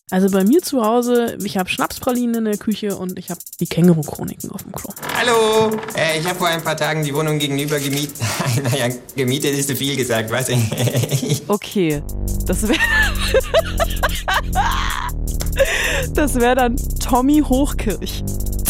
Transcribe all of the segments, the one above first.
Also bei mir zu Hause, ich habe Schnapspralinen in der Küche und ich habe die Känguru-Chroniken auf dem Klo. Hallo, ich habe vor ein paar Tagen die Wohnung gegenüber gemietet. Naja, gemietet ist zu viel gesagt, was? Okay, das wäre dann Tommy Hochkirch.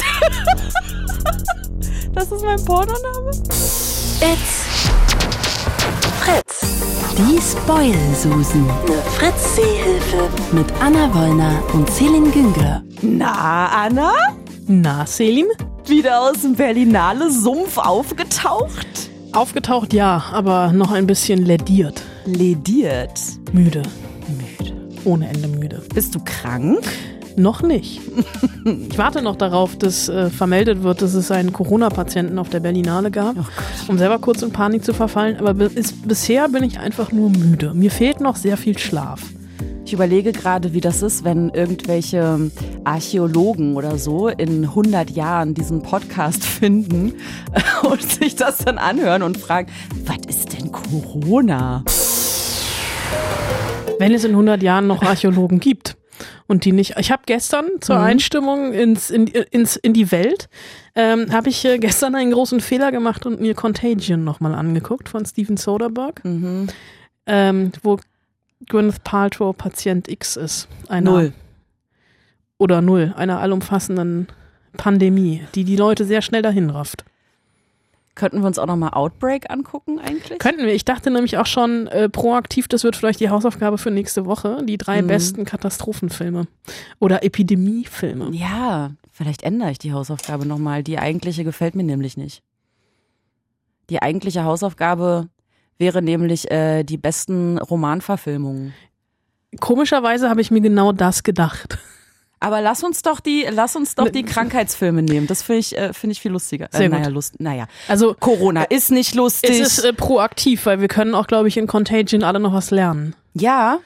Das ist mein Pornoname? It's Fritz. Die Spoil-Susen. Eine Fritz-Seehilfe. Mit Anna Wollner und Celine Güngler. Na, Anna? Na, Selim? Wieder aus dem Berlinale Sumpf aufgetaucht? Aufgetaucht, ja, aber noch ein bisschen lädiert. Lediert. Müde. Ohne Ende müde. Bist du krank? Noch nicht. Ich warte noch darauf, dass vermeldet wird, dass es einen Corona-Patienten auf der Berlinale gab, um selber kurz in Panik zu verfallen. Aber bisher bin ich einfach nur müde. Mir fehlt noch sehr viel Schlaf. Ich überlege gerade, wie das ist, wenn irgendwelche Archäologen oder so in 100 Jahren diesen Podcast finden und sich das dann anhören und fragen, was ist denn Corona? Wenn es in 100 Jahren noch Archäologen gibt. Und die nicht. Ich habe gestern zur Einstimmung in die Welt, habe ich gestern einen großen Fehler gemacht und mir Contagion nochmal angeguckt von Steven Soderbergh, wo Gwyneth Paltrow Patient X ist. Einer allumfassenden Pandemie, die Leute sehr schnell dahin rafft. Könnten wir uns auch nochmal Outbreak angucken eigentlich? Könnten wir. Ich dachte nämlich auch schon proaktiv, das wird vielleicht die Hausaufgabe für nächste Woche, die 3 besten Katastrophenfilme oder Epidemiefilme. Ja, vielleicht ändere ich die Hausaufgabe nochmal. Die eigentliche gefällt mir nämlich nicht. Die eigentliche Hausaufgabe wäre nämlich die besten Romanverfilmungen. Komischerweise habe ich mir genau das gedacht. Aber lass uns doch die Krankheitsfilme nehmen. Das finde ich viel lustiger. Sehr gut. Also Corona ist nicht lustig. Es ist proaktiv, weil wir können auch, glaube ich, in Contagion alle noch was lernen. Ja.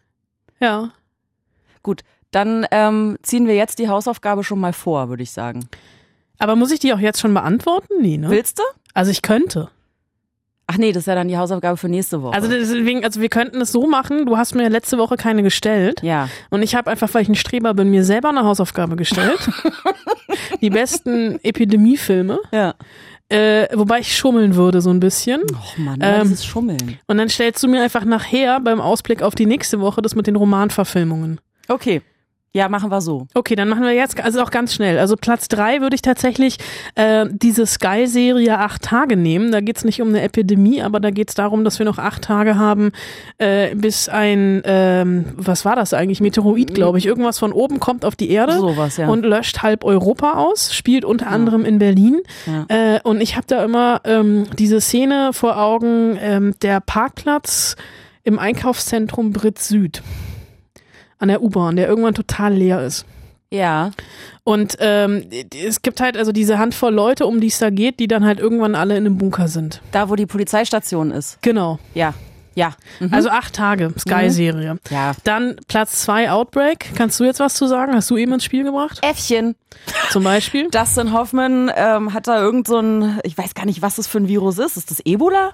Ja. Gut, dann ziehen wir jetzt die Hausaufgabe schon mal vor, würde ich sagen. Aber muss ich die auch jetzt schon beantworten? Nee, ne? Willst du? Also ich könnte. Ach nee, das ist ja dann die Hausaufgabe für nächste Woche. Also deswegen, wir könnten es so machen, du hast mir letzte Woche keine gestellt. Ja. Und ich habe einfach, weil ich ein Streber bin, mir selber eine Hausaufgabe gestellt. Die besten Epidemiefilme. Ja. Wobei ich schummeln würde so ein bisschen. Och Mann, das ist Schummeln. Und dann stellst du mir einfach nachher beim Ausblick auf die nächste Woche das mit den Romanverfilmungen. Okay. Ja, machen wir so. Okay, dann machen wir jetzt, also auch ganz schnell. Also Platz 3 würde ich tatsächlich diese Sky-Serie 8 Tage nehmen. Da geht's nicht um eine Epidemie, aber da geht's darum, dass wir noch 8 Tage haben, bis ein, was war das eigentlich? Meteoroid, glaube ich. Irgendwas von oben kommt auf die Erde Sowas, ja. Und löscht halb Europa aus. Spielt unter anderem in Berlin. Ja. Und ich habe da immer diese Szene vor Augen, der Parkplatz im Einkaufszentrum Brit Süd. An der U-Bahn, der irgendwann total leer ist. Ja. Und es gibt halt also diese Handvoll Leute, um die es da geht, die dann halt irgendwann alle in einem Bunker sind. Da, wo die Polizeistation ist. Genau. Ja. Ja. Also 8 Tage, Sky-Serie. Ja. Dann Platz 2, Outbreak. Kannst du jetzt was zu sagen? Hast du eben ins Spiel gebracht? Äffchen. Zum Beispiel? Dustin Hoffman hat da irgend so ein, ich weiß gar nicht, was das für ein Virus ist. Ist das Ebola?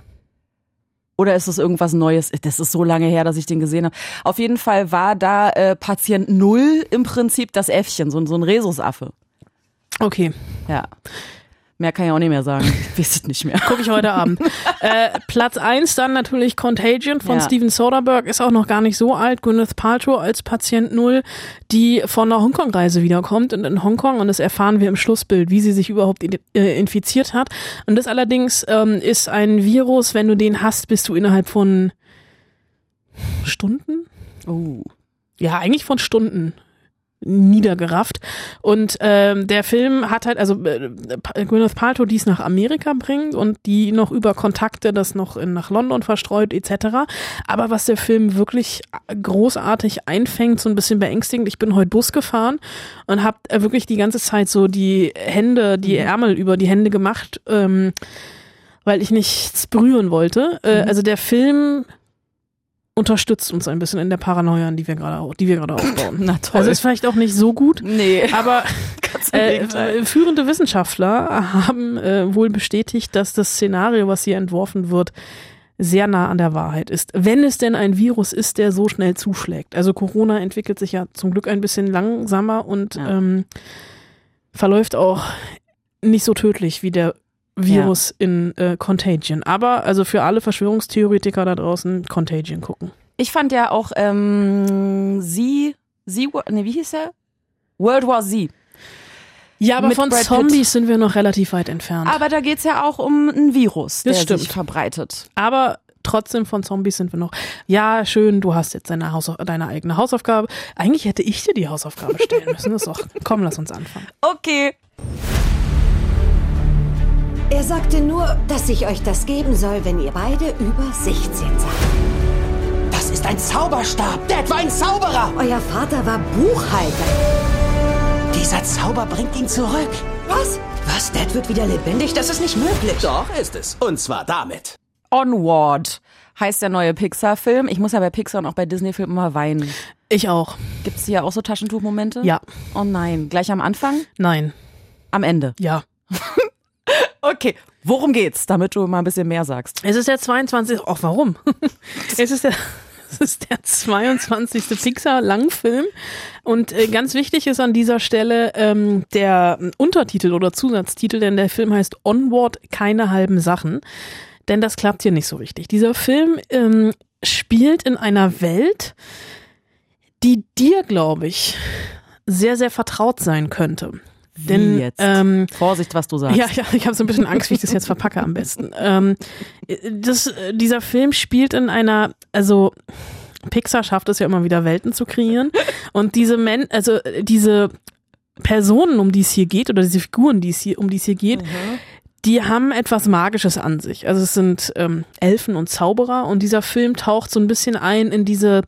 Oder ist das irgendwas Neues? Das ist so lange her, dass ich den gesehen habe. Auf jeden Fall war da Patient 0 im Prinzip das Äffchen, so ein Rhesusaffe. Okay. Ja. Mehr kann ich auch nicht mehr sagen. Ich weiß es nicht mehr. Gucke ich heute Abend. Platz 1 dann natürlich Contagion von Steven Soderbergh. Ist auch noch gar nicht so alt. Gwyneth Paltrow als Patient 0, die von einer Hongkong-Reise wiederkommt. Und in Hongkong, und das erfahren wir im Schlussbild, wie sie sich überhaupt infiziert hat. Und das allerdings ist ein Virus, wenn du den hast, bist du innerhalb von Stunden? Oh. Ja, eigentlich von Stunden niedergerafft. Und der Film hat halt, also Gwyneth Paltrow, die es nach Amerika bringt und die noch über Kontakte das noch nach London verstreut etc. Aber was der Film wirklich großartig einfängt, so ein bisschen beängstigend, ich bin heute Bus gefahren und habe wirklich die ganze Zeit so die Hände, die Ärmel über die Hände gemacht, weil ich nichts berühren wollte. Also der Film unterstützt uns ein bisschen in der Paranoia, die wir gerade aufbauen. Na toll. Also ist vielleicht auch nicht so gut, nee. Aber führende Wissenschaftler haben wohl bestätigt, dass das Szenario, was hier entworfen wird, sehr nah an der Wahrheit ist. Wenn es denn ein Virus ist, der so schnell zuschlägt. Also Corona entwickelt sich ja zum Glück ein bisschen langsamer und verläuft auch nicht so tödlich wie der Virus in Contagion. Aber also für alle Verschwörungstheoretiker da draußen, Contagion gucken. Ich fand ja auch wie hieß er? World War Z. Ja, aber Mit von Brad Zombies Pitt. sind wir noch relativ weit entfernt. Aber da geht's ja auch um ein Virus, der Das stimmt. sich verbreitet. Aber trotzdem von Zombies sind wir noch. Ja, schön, du hast jetzt deine eigene Hausaufgabe. Eigentlich hätte ich dir die Hausaufgabe stellen müssen. Das ist doch. Komm, lass uns anfangen. Okay. Er sagte nur, dass ich euch das geben soll, wenn ihr beide über 16 seid. Das ist ein Zauberstab. Dad war ein Zauberer. Euer Vater war Buchhalter. Dieser Zauber bringt ihn zurück. Was? Was? Dad wird wieder lebendig? Das ist nicht möglich. Doch, ist es. Und zwar damit. Onward heißt der neue Pixar-Film. Ich muss ja bei Pixar und auch bei Disney-Filmen immer weinen. Ich auch. Gibt's hier auch so Taschentuchmomente? Ja. Oh nein. Gleich am Anfang? Nein. Am Ende? Ja. Okay. Worum geht's, damit du mal ein bisschen mehr sagst? Es ist der 22. Ach, warum? Es ist der 22. Pixar-Langfilm und ganz wichtig ist an dieser Stelle der Untertitel oder Zusatztitel, denn der Film heißt Onward, keine halben Sachen, denn das klappt hier nicht so richtig. Dieser Film spielt in einer Welt, die dir, glaube ich, sehr, sehr vertraut sein könnte. Denn, jetzt? Vorsicht, was du sagst. Ja, ich habe so ein bisschen Angst, wie ich das jetzt verpacke am besten. Dieser Film spielt in einer, also Pixar schafft es ja immer wieder Welten zu kreieren und diese Personen, um die es hier geht oder diese Figuren, um die es hier geht, die haben etwas Magisches an sich. Also es sind Elfen und Zauberer und dieser Film taucht so ein bisschen ein in diese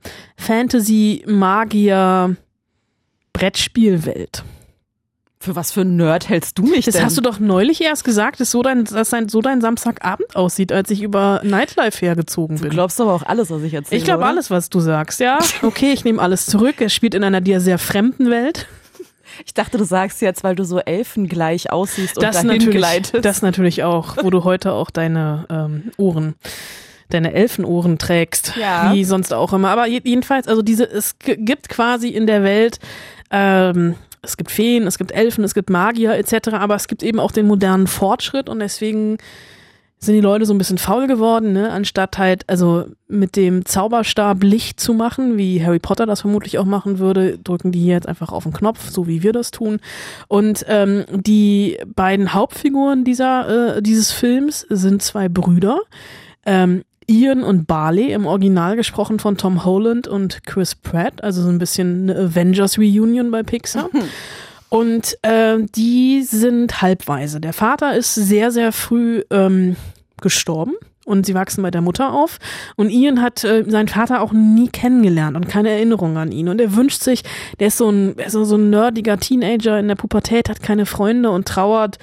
Fantasy-Magier-Brettspielwelt. Für was für ein Nerd hältst du mich Das denn? hast du doch neulich erst gesagt, dass so dein Samstagabend aussieht, als ich über Nightlife hergezogen bin. Du glaubst aber auch alles, was ich erzähle, Ich glaube oder? alles, was du sagst, ja. Okay, ich nehme alles zurück. Er spielt in einer dir sehr fremden Welt. Ich dachte, du sagst jetzt, weil du so elfengleich aussiehst und dahin gleitest. Das natürlich auch, wo du heute auch deine deine Elfenohren trägst, Ja. wie sonst auch immer. Aber jedenfalls, also es gibt quasi in der Welt es gibt Feen, es gibt Elfen, es gibt Magier etc., aber es gibt eben auch den modernen Fortschritt und deswegen sind die Leute so ein bisschen faul geworden, ne? Anstatt halt also mit dem Zauberstab Licht zu machen, wie Harry Potter das vermutlich auch machen würde, drücken die hier jetzt einfach auf den Knopf, so wie wir das tun. Und die beiden Hauptfiguren dieses Films sind zwei Brüder, Ian und Barley, im Original gesprochen von Tom Holland und Chris Pratt, also so ein bisschen eine Avengers-Reunion bei Pixar. Und die sind halbwaise. Der Vater ist sehr, sehr früh gestorben und sie wachsen bei der Mutter auf. Und Ian hat seinen Vater auch nie kennengelernt und keine Erinnerung an ihn. Und er wünscht sich, der ist so ein nerdiger Teenager in der Pubertät, hat keine Freunde und trauert,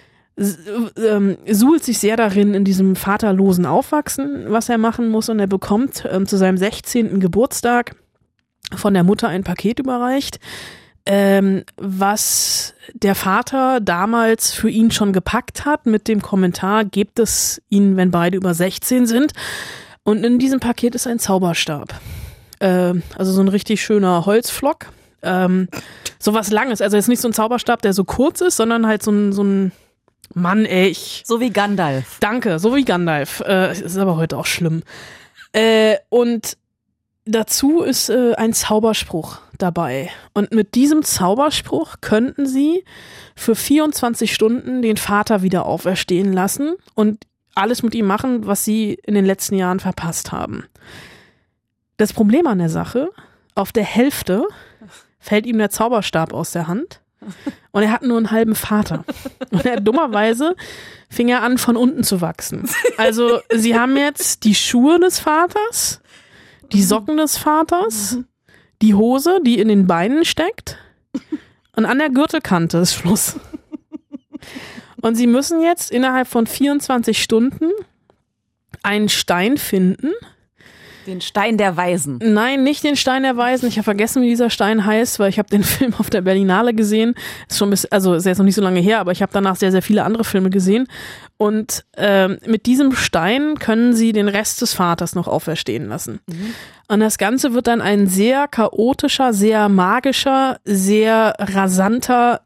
suhlt sich sehr darin in diesem vaterlosen Aufwachsen, was er machen muss, und er bekommt zu seinem 16. Geburtstag von der Mutter ein Paket überreicht, was der Vater damals für ihn schon gepackt hat mit dem Kommentar, gebt es ihnen, wenn beide über 16 sind. Und in diesem Paket ist ein Zauberstab. Also so ein richtig schöner Holzflock. So was Langes, also jetzt nicht so ein Zauberstab, der so kurz ist, sondern halt so ein Mann, ey, So wie Gandalf. Danke, so wie Gandalf. Ist aber heute auch schlimm. Und dazu ist ein Zauberspruch dabei. Und mit diesem Zauberspruch könnten sie für 24 Stunden den Vater wieder auferstehen lassen und alles mit ihm machen, was sie in den letzten Jahren verpasst haben. Das Problem an der Sache, auf der Hälfte fällt ihm der Zauberstab aus der Hand. Und er hat nur einen halben Vater. Und dummerweise fing er an, von unten zu wachsen. Also sie haben jetzt die Schuhe des Vaters, die Socken des Vaters, die Hose, die in den Beinen steckt, und an der Gürtelkante ist Schluss. Und sie müssen jetzt innerhalb von 24 Stunden einen Stein finden, Den Stein der Weisen. Nein, nicht den Stein der Weisen. Ich habe vergessen, wie dieser Stein heißt, weil ich habe den Film auf der Berlinale gesehen. Ist schon ist jetzt noch nicht so lange her, aber ich habe danach sehr, sehr viele andere Filme gesehen. Und mit diesem Stein können sie den Rest des Vaters noch auferstehen lassen. Und das Ganze wird dann ein sehr chaotischer, sehr magischer, sehr rasanter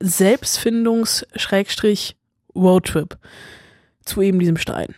Selbstfindungs-Roadtrip zu eben diesem Stein.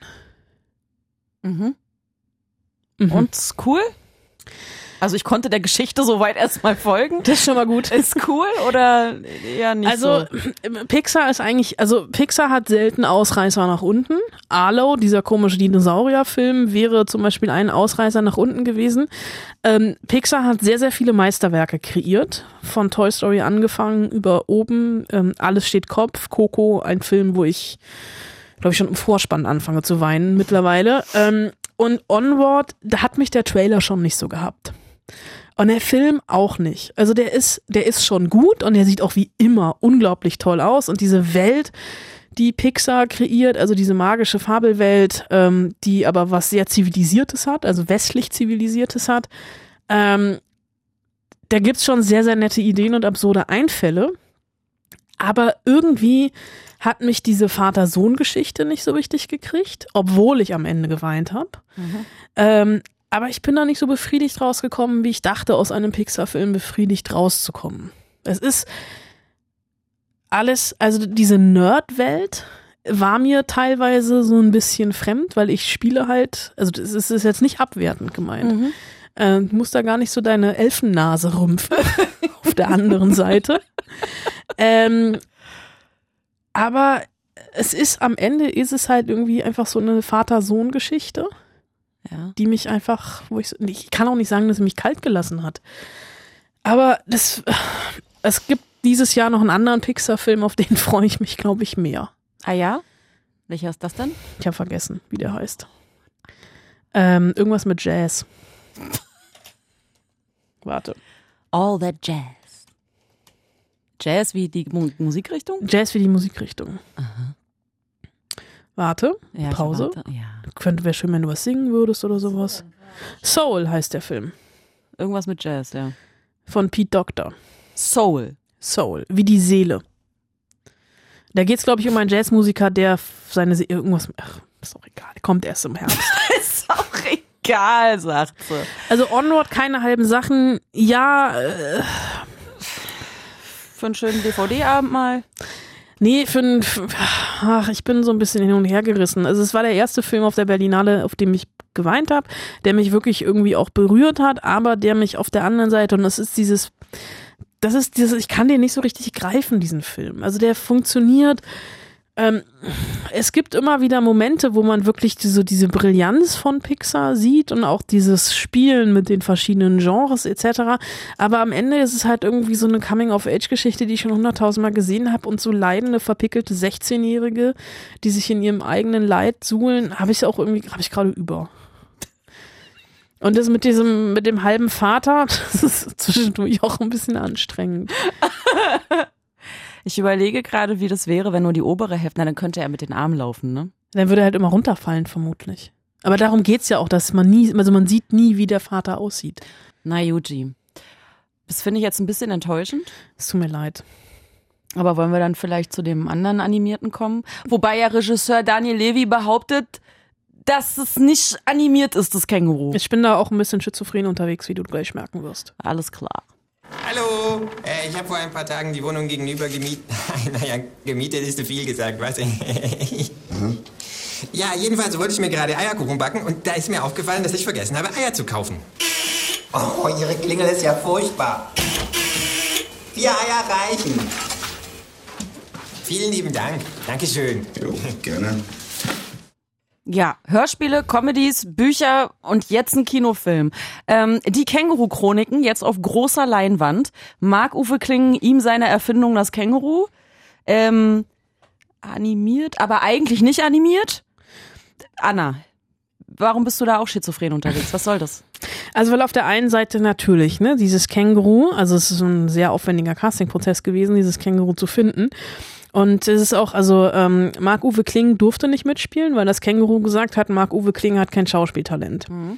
Und ist cool? Also ich konnte der Geschichte soweit erstmal folgen. Das ist schon mal gut. Ist cool oder eher nicht so? Pixar hat selten Ausreißer nach unten. Arlo, dieser komische Dinosaurierfilm, wäre zum Beispiel ein Ausreißer nach unten gewesen. Pixar hat sehr, sehr viele Meisterwerke kreiert. Von Toy Story angefangen über oben. Alles steht Kopf. Coco, ein Film, wo ich, glaube ich, schon im Vorspann anfange zu weinen mittlerweile. Und Onward, da hat mich der Trailer schon nicht so gehabt. Und der Film auch nicht. Also der ist schon gut und der sieht auch wie immer unglaublich toll aus. Und diese Welt, die Pixar kreiert, also diese magische Fabelwelt, die aber was sehr Zivilisiertes hat, also westlich Zivilisiertes hat, da gibt's schon sehr, sehr nette Ideen und absurde Einfälle. Aber irgendwie hat mich diese Vater-Sohn-Geschichte nicht so richtig gekriegt, obwohl ich am Ende geweint habe. Aber ich bin da nicht so befriedigt rausgekommen, wie ich dachte, aus einem Pixar-Film befriedigt rauszukommen. Es ist alles, also diese Nerd-Welt war mir teilweise so ein bisschen fremd, weil ich spiele halt, also das ist jetzt nicht abwertend gemeint. Du musst da gar nicht so deine Elfennase rümpfen auf der anderen Seite. Aber am Ende ist es halt irgendwie einfach so eine Vater-Sohn-Geschichte, die mich einfach, ich kann auch nicht sagen, dass sie mich kalt gelassen hat. Aber es gibt dieses Jahr noch einen anderen Pixar-Film, auf den freue ich mich, glaube ich, mehr. Ah ja? Welcher ist das denn? Ich habe vergessen, wie der heißt. Irgendwas mit Jazz. Warte. All that Jazz. Jazz wie die Musikrichtung? Jazz wie die Musikrichtung. Aha. Warte, Ja, Pause. Wäre schön, wenn du was singen würdest oder sowas. Soul heißt der Film. Irgendwas mit Jazz, ja. Von Pete Docter. Soul, wie die Seele. Da geht es, glaube ich, um einen Jazzmusiker, der seine irgendwas. Ach, ist doch egal, kommt erst im Herbst. Ist auch egal, sagt sie. Also Onward, keine halben Sachen. Ja, für einen schönen DVD-Abend mal. Nee, ich bin so ein bisschen hin und her gerissen. Also es war der erste Film auf der Berlinale, auf dem ich geweint habe, der mich wirklich irgendwie auch berührt hat, aber der mich auf der anderen Seite, und das ist dieses, ich kann den nicht so richtig greifen, diesen Film. Also der funktioniert, es gibt immer wieder Momente, wo man wirklich diese Brillanz von Pixar sieht und auch dieses Spielen mit den verschiedenen Genres etc. Aber am Ende ist es halt irgendwie so eine Coming-of-Age-Geschichte, die ich schon 100.000 Mal gesehen habe, und so leidende, verpickelte 16-Jährige, die sich in ihrem eigenen Leid suhlen, habe ich gerade über. Und das mit dem halben Vater, das ist zwischendurch auch ein bisschen anstrengend. Ich überlege gerade, wie das wäre, wenn nur die obere Hälfte, dann könnte er mit den Armen laufen, ne? Dann würde er halt immer runterfallen, vermutlich. Aber darum geht's ja auch, dass man sieht nie, wie der Vater aussieht. Na, Yuji. Das finde ich jetzt ein bisschen enttäuschend. Es tut mir leid. Aber wollen wir dann vielleicht zu dem anderen Animierten kommen? Wobei ja Regisseur Daniel Levy behauptet, dass es nicht animiert ist, das Känguru. Ich bin da auch ein bisschen schizophren unterwegs, wie du gleich merken wirst. Alles klar. Hallo, ich habe vor ein paar Tagen die Wohnung gegenüber gemietet. Naja, gemietet ist zu viel gesagt, was? Ja, jedenfalls wollte ich mir gerade Eierkuchen backen und da ist mir aufgefallen, dass ich vergessen habe, Eier zu kaufen. Oh, Ihre Klingel ist ja furchtbar. 4 Eier reichen. Vielen lieben Dank. Dankeschön. Jo, gerne. Ja, Hörspiele, Comedies, Bücher und jetzt ein Kinofilm. Die Känguru-Chroniken, jetzt auf großer Leinwand. Marc-Uwe Kling, ihm seine Erfindung, das Känguru. Animiert, aber eigentlich nicht animiert. Anna, warum bist du da auch schizophren unterwegs? Was soll das? Also weil auf der einen Seite natürlich, ne, dieses Känguru, also es ist ein sehr aufwendiger Castingprozess gewesen, dieses Känguru zu finden. Und es ist auch, also Marc-Uwe Kling durfte nicht mitspielen, weil das Känguru gesagt hat, Marc-Uwe Kling hat kein Schauspieltalent.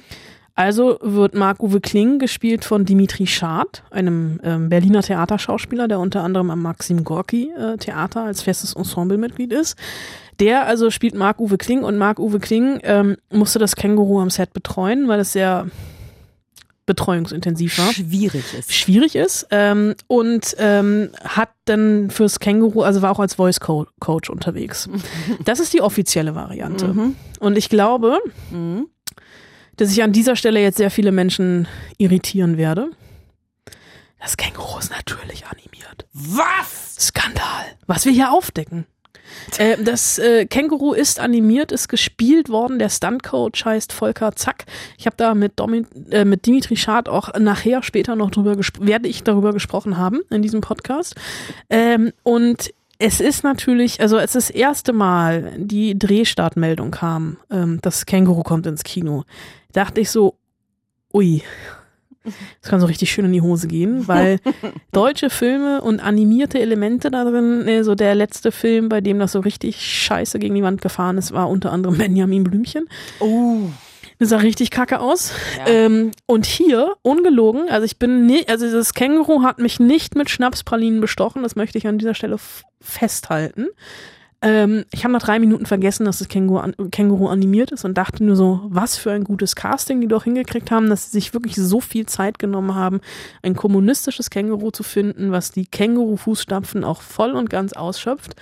Also wird Marc-Uwe Kling gespielt von Dimitri Schad, einem Berliner Theaterschauspieler, der unter anderem am Maxim Gorki Theater als festes Ensemblemitglied ist. Der also spielt Marc-Uwe Kling und Marc-Uwe Kling musste das Känguru am Set betreuen, weil es sehr betreuungsintensiv war. Schwierig ist. Und hat dann fürs Känguru, also war auch als Voice Coach unterwegs. Das ist die offizielle Variante. Und ich glaube, dass ich an dieser Stelle jetzt sehr viele Menschen irritieren werde. Das Känguru ist natürlich animiert. Was? Skandal. Was wir hier aufdecken. Das Känguru ist animiert, ist gespielt worden. Der Stuntcoach heißt Volker Zack. Ich habe da mit Dimitri Schad auch nachher später noch werde ich darüber gesprochen haben in diesem Podcast. Und es ist natürlich, also als das erste Mal die Drehstartmeldung kam, das Känguru kommt ins Kino, dachte ich so, ui, das kann so richtig schön in die Hose gehen, weil deutsche Filme und animierte Elemente da drin, so der letzte Film, bei dem das so richtig scheiße gegen die Wand gefahren ist, war unter anderem Benjamin Blümchen. Oh. Das sah richtig kacke aus. Ja. Und hier, ungelogen, also das Känguru hat mich nicht mit Schnapspralinen bestochen, das möchte ich an dieser Stelle festhalten. Ich habe nach 3 Minuten vergessen, dass das Känguru animiert ist und dachte nur so, was für ein gutes Casting die doch hingekriegt haben, dass sie sich wirklich so viel Zeit genommen haben, ein kommunistisches Känguru zu finden, was die Känguru-Fußstapfen auch voll und ganz ausschöpft.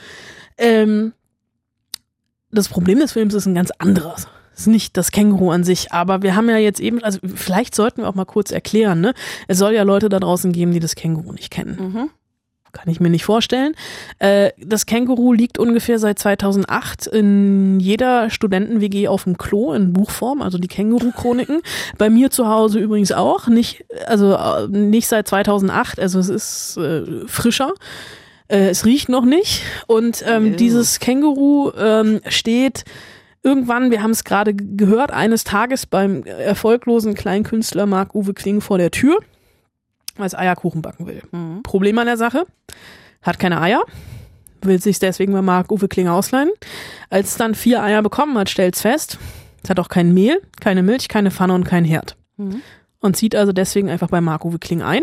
Das Problem des Films ist ein ganz anderes. Es ist nicht das Känguru an sich, aber wir haben ja jetzt eben, also vielleicht sollten wir auch mal kurz erklären, ne? Es soll ja Leute da draußen geben, die das Känguru nicht kennen. Kann ich mir nicht vorstellen. Das Känguru liegt ungefähr seit 2008 in jeder Studenten-WG auf dem Klo in Buchform, also die Känguru-Chroniken. Bei mir zu Hause übrigens auch, nicht seit 2008, also es ist frischer. Es riecht noch nicht. Und dieses Känguru steht irgendwann, wir haben es gerade gehört, eines Tages beim erfolglosen Kleinkünstler Marc-Uwe Kling vor der Tür, als Eierkuchen backen will. Problem an der Sache, hat keine Eier, will sich deswegen bei Marc-Uwe Kling ausleihen. Als es dann 4 Eier bekommen hat, stellt's fest, es hat auch kein Mehl, keine Milch, keine Pfanne und kein Herd. Und zieht also deswegen einfach bei Marc-Uwe Kling ein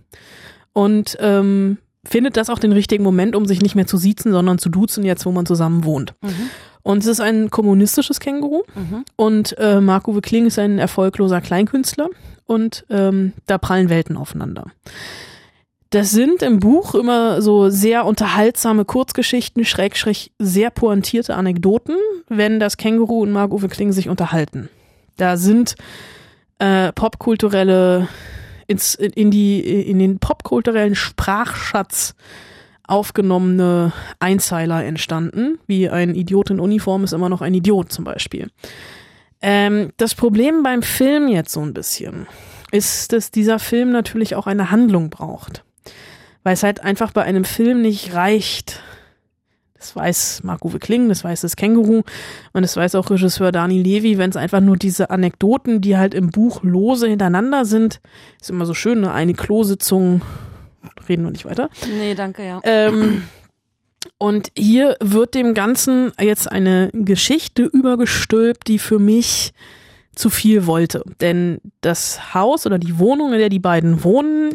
und findet das auch den richtigen Moment, um sich nicht mehr zu siezen, sondern zu duzen, jetzt wo man zusammen wohnt. Und es ist ein kommunistisches Känguru und Marc-Uwe Kling ist ein erfolgloser Kleinkünstler. Und da prallen Welten aufeinander. Das sind im Buch immer so sehr unterhaltsame Kurzgeschichten, / sehr pointierte Anekdoten, wenn das Känguru und Marc-Uwe Kling sich unterhalten. Da sind popkulturelle, in den popkulturellen Sprachschatz aufgenommene Einzeiler entstanden, wie ein Idiot in Uniform ist immer noch ein Idiot zum Beispiel. Das Problem beim Film jetzt so ein bisschen ist, dass dieser Film natürlich auch eine Handlung braucht. Weil es halt einfach bei einem Film nicht reicht. Das weiß Marc-Uwe Kling, das weiß das Känguru und das weiß auch Regisseur Dani Levy, wenn es einfach nur diese Anekdoten, die halt im Buch lose hintereinander sind, ist immer so schön, ne? Eine Klositzung, reden wir nicht weiter. Nee, danke, ja. Und hier wird dem Ganzen jetzt eine Geschichte übergestülpt, die für mich zu viel wollte. Denn das Haus oder die Wohnung, in der die beiden wohnen,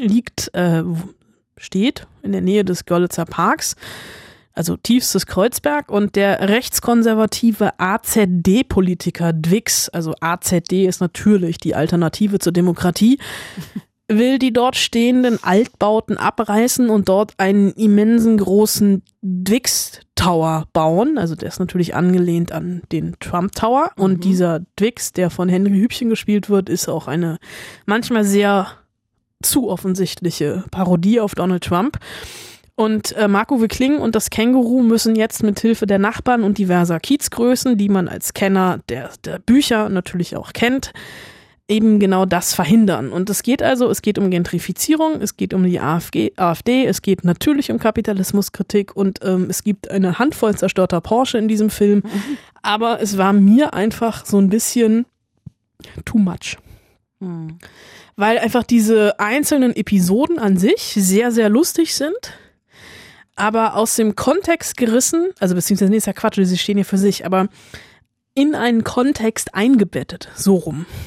steht in der Nähe des Görlitzer Parks, also tiefstes Kreuzberg. Und der rechtskonservative AZD-Politiker Dwix, also AZD ist natürlich die Alternative zur Demokratie, will die dort stehenden Altbauten abreißen und dort einen immensen großen Dwix Tower bauen. Also der ist natürlich angelehnt an den Trump Tower. Und dieser Dwix, der von Henry Hübchen gespielt wird, ist auch eine manchmal sehr zu offensichtliche Parodie auf Donald Trump. Und Marc-Uwe Kling und das Känguru müssen jetzt mit Hilfe der Nachbarn und diverser Kiezgrößen, die man als Kenner der Bücher natürlich auch kennt, eben genau das verhindern. Und es geht um Gentrifizierung, es geht um die AfD, es geht natürlich um Kapitalismuskritik und es gibt eine Handvoll zerstörter Porsche in diesem Film. Aber es war mir einfach so ein bisschen too much. Weil einfach diese einzelnen Episoden an sich sehr, sehr lustig sind, aber aus dem Kontext gerissen, also beziehungsweise, nee, ist ja Quatsch, sie stehen ja für sich, aber in einen Kontext eingebettet, so rum.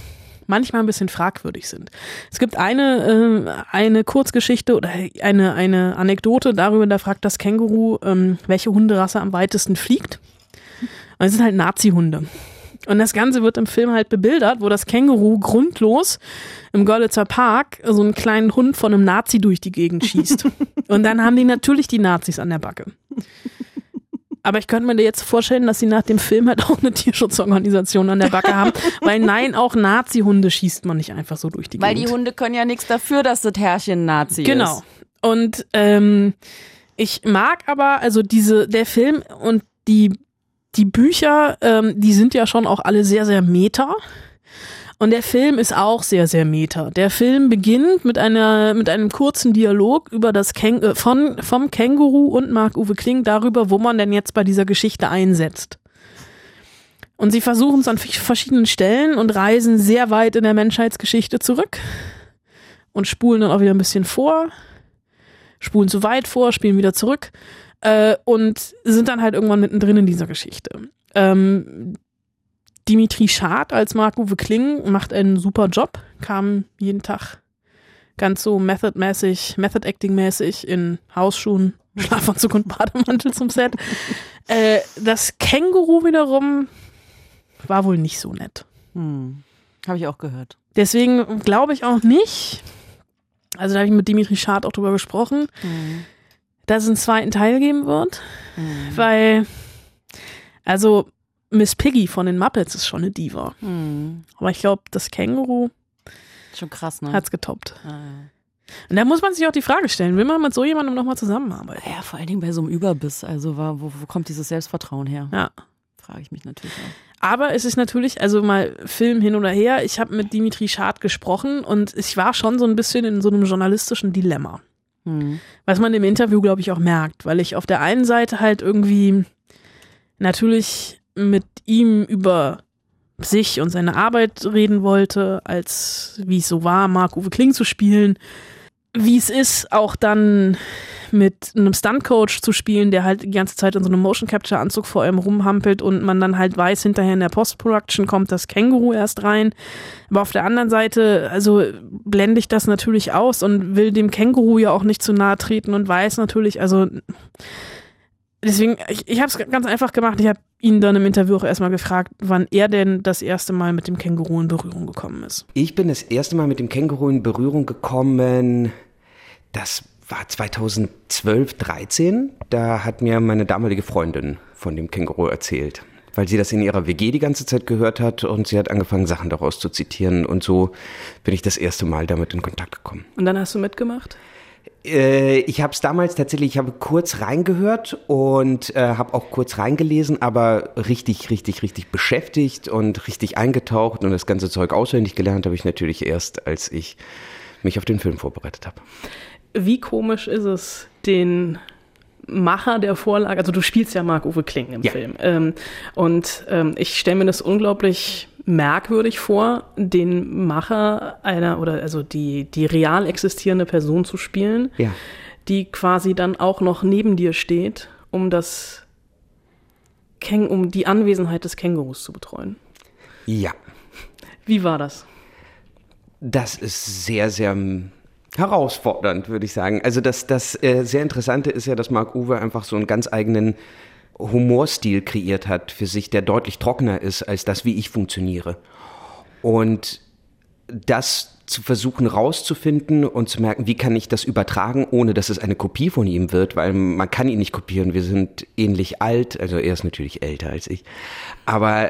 manchmal ein bisschen fragwürdig sind. Es gibt eine Kurzgeschichte oder eine Anekdote darüber, da fragt das Känguru, welche Hunderasse am weitesten fliegt. Und es sind halt Nazi-Hunde. Und das Ganze wird im Film halt bebildert, wo das Känguru grundlos im Görlitzer Park so einen kleinen Hund von einem Nazi durch die Gegend schießt. Und dann haben die natürlich die Nazis an der Backe. Aber ich könnte mir jetzt vorstellen, dass sie nach dem Film halt auch eine Tierschutzorganisation an der Backe haben. Weil nein, auch Nazi-Hunde schießt man nicht einfach so durch die Gegend. Weil die Hunde können ja nichts dafür, dass das Herrchen Nazi ist. Genau. Und ich mag aber, also der Film und die Bücher, die sind ja schon auch alle sehr, sehr meta. Und der Film ist auch sehr, sehr meta. Der Film beginnt mit einem kurzen Dialog über vom Känguru und Marc-Uwe Kling darüber, wo man denn jetzt bei dieser Geschichte einsetzt. Und sie versuchen es an verschiedenen Stellen und reisen sehr weit in der Menschheitsgeschichte zurück und spulen dann auch wieder ein bisschen vor, spulen zu weit vor, spielen wieder zurück. Und sind dann halt irgendwann mittendrin in dieser Geschichte. Dimitri Schad als Marc-Uwe Kling macht einen super Job, kam jeden Tag ganz so Method-Acting-mäßig in Hausschuhen, Schlafanzug und Bademantel zum Set. Das Känguru wiederum war wohl nicht so nett. Habe ich auch gehört. Deswegen glaube ich auch nicht, also da habe ich mit Dimitri Schad auch drüber gesprochen, dass es einen zweiten Teil geben wird, weil, also Miss Piggy von den Muppets ist schon eine Diva. Aber ich glaube, das Känguru schon krass, ne? Hat's getoppt. Und da muss man sich auch die Frage stellen, will man mit so jemandem nochmal zusammenarbeiten? Ja, vor allen Dingen bei so einem Überbiss, also wo kommt dieses Selbstvertrauen her? Ja. Frage ich mich natürlich auch. Aber es ist natürlich, also mal Film hin oder her, ich habe mit Dimitri Schad gesprochen und ich war schon so ein bisschen in so einem journalistischen Dilemma. Was man im Interview, glaube ich, auch merkt, weil ich auf der einen Seite halt irgendwie natürlich mit ihm über sich und seine Arbeit reden wollte, als wie es so war, Marc-Uwe Kling zu spielen, wie es ist, auch dann mit einem Stuntcoach zu spielen, der halt die ganze Zeit in so einem Motion-Capture-Anzug vor einem rumhampelt und man dann halt weiß, hinterher in der Post-Production kommt das Känguru erst rein. Aber auf der anderen Seite, also blende ich das natürlich aus und will dem Känguru ja auch nicht zu nahe treten und weiß natürlich, also deswegen, ich habe es ganz einfach gemacht. Ich habe ihn dann im Interview auch erstmal gefragt, wann er denn das erste Mal mit dem Känguru in Berührung gekommen ist. Ich bin das erste Mal mit dem Känguru in Berührung gekommen, das war 2012, 13. Da hat mir meine damalige Freundin von dem Känguru erzählt, weil sie das in ihrer WG die ganze Zeit gehört hat und sie hat angefangen, Sachen daraus zu zitieren. Und so bin ich das erste Mal damit in Kontakt gekommen. Und dann hast du mitgemacht? Ich habe es damals tatsächlich, ich habe kurz reingehört und habe auch kurz reingelesen, aber richtig beschäftigt und richtig eingetaucht und das ganze Zeug auswendig gelernt habe ich natürlich erst, als ich mich auf den Film vorbereitet habe. Wie komisch ist es, den Macher der Vorlage, also du spielst ja Marc-Uwe Kling im Film, und ich stelle mir das unglaublich merkwürdig vor, den Macher also die real existierende Person zu spielen, die quasi dann auch noch neben dir steht, um die Anwesenheit des Kängurus zu betreuen. Ja. Wie war das? Das ist sehr, sehr herausfordernd, würde ich sagen. Also das sehr Interessante ist ja, dass Marc-Uwe einfach so einen ganz eigenen Humorstil kreiert hat für sich, der deutlich trockener ist als das, wie ich funktioniere. Und das zu versuchen rauszufinden und zu merken, wie kann ich das übertragen, ohne dass es eine Kopie von ihm wird, weil man kann ihn nicht kopieren, wir sind ähnlich alt, also er ist natürlich älter als ich, aber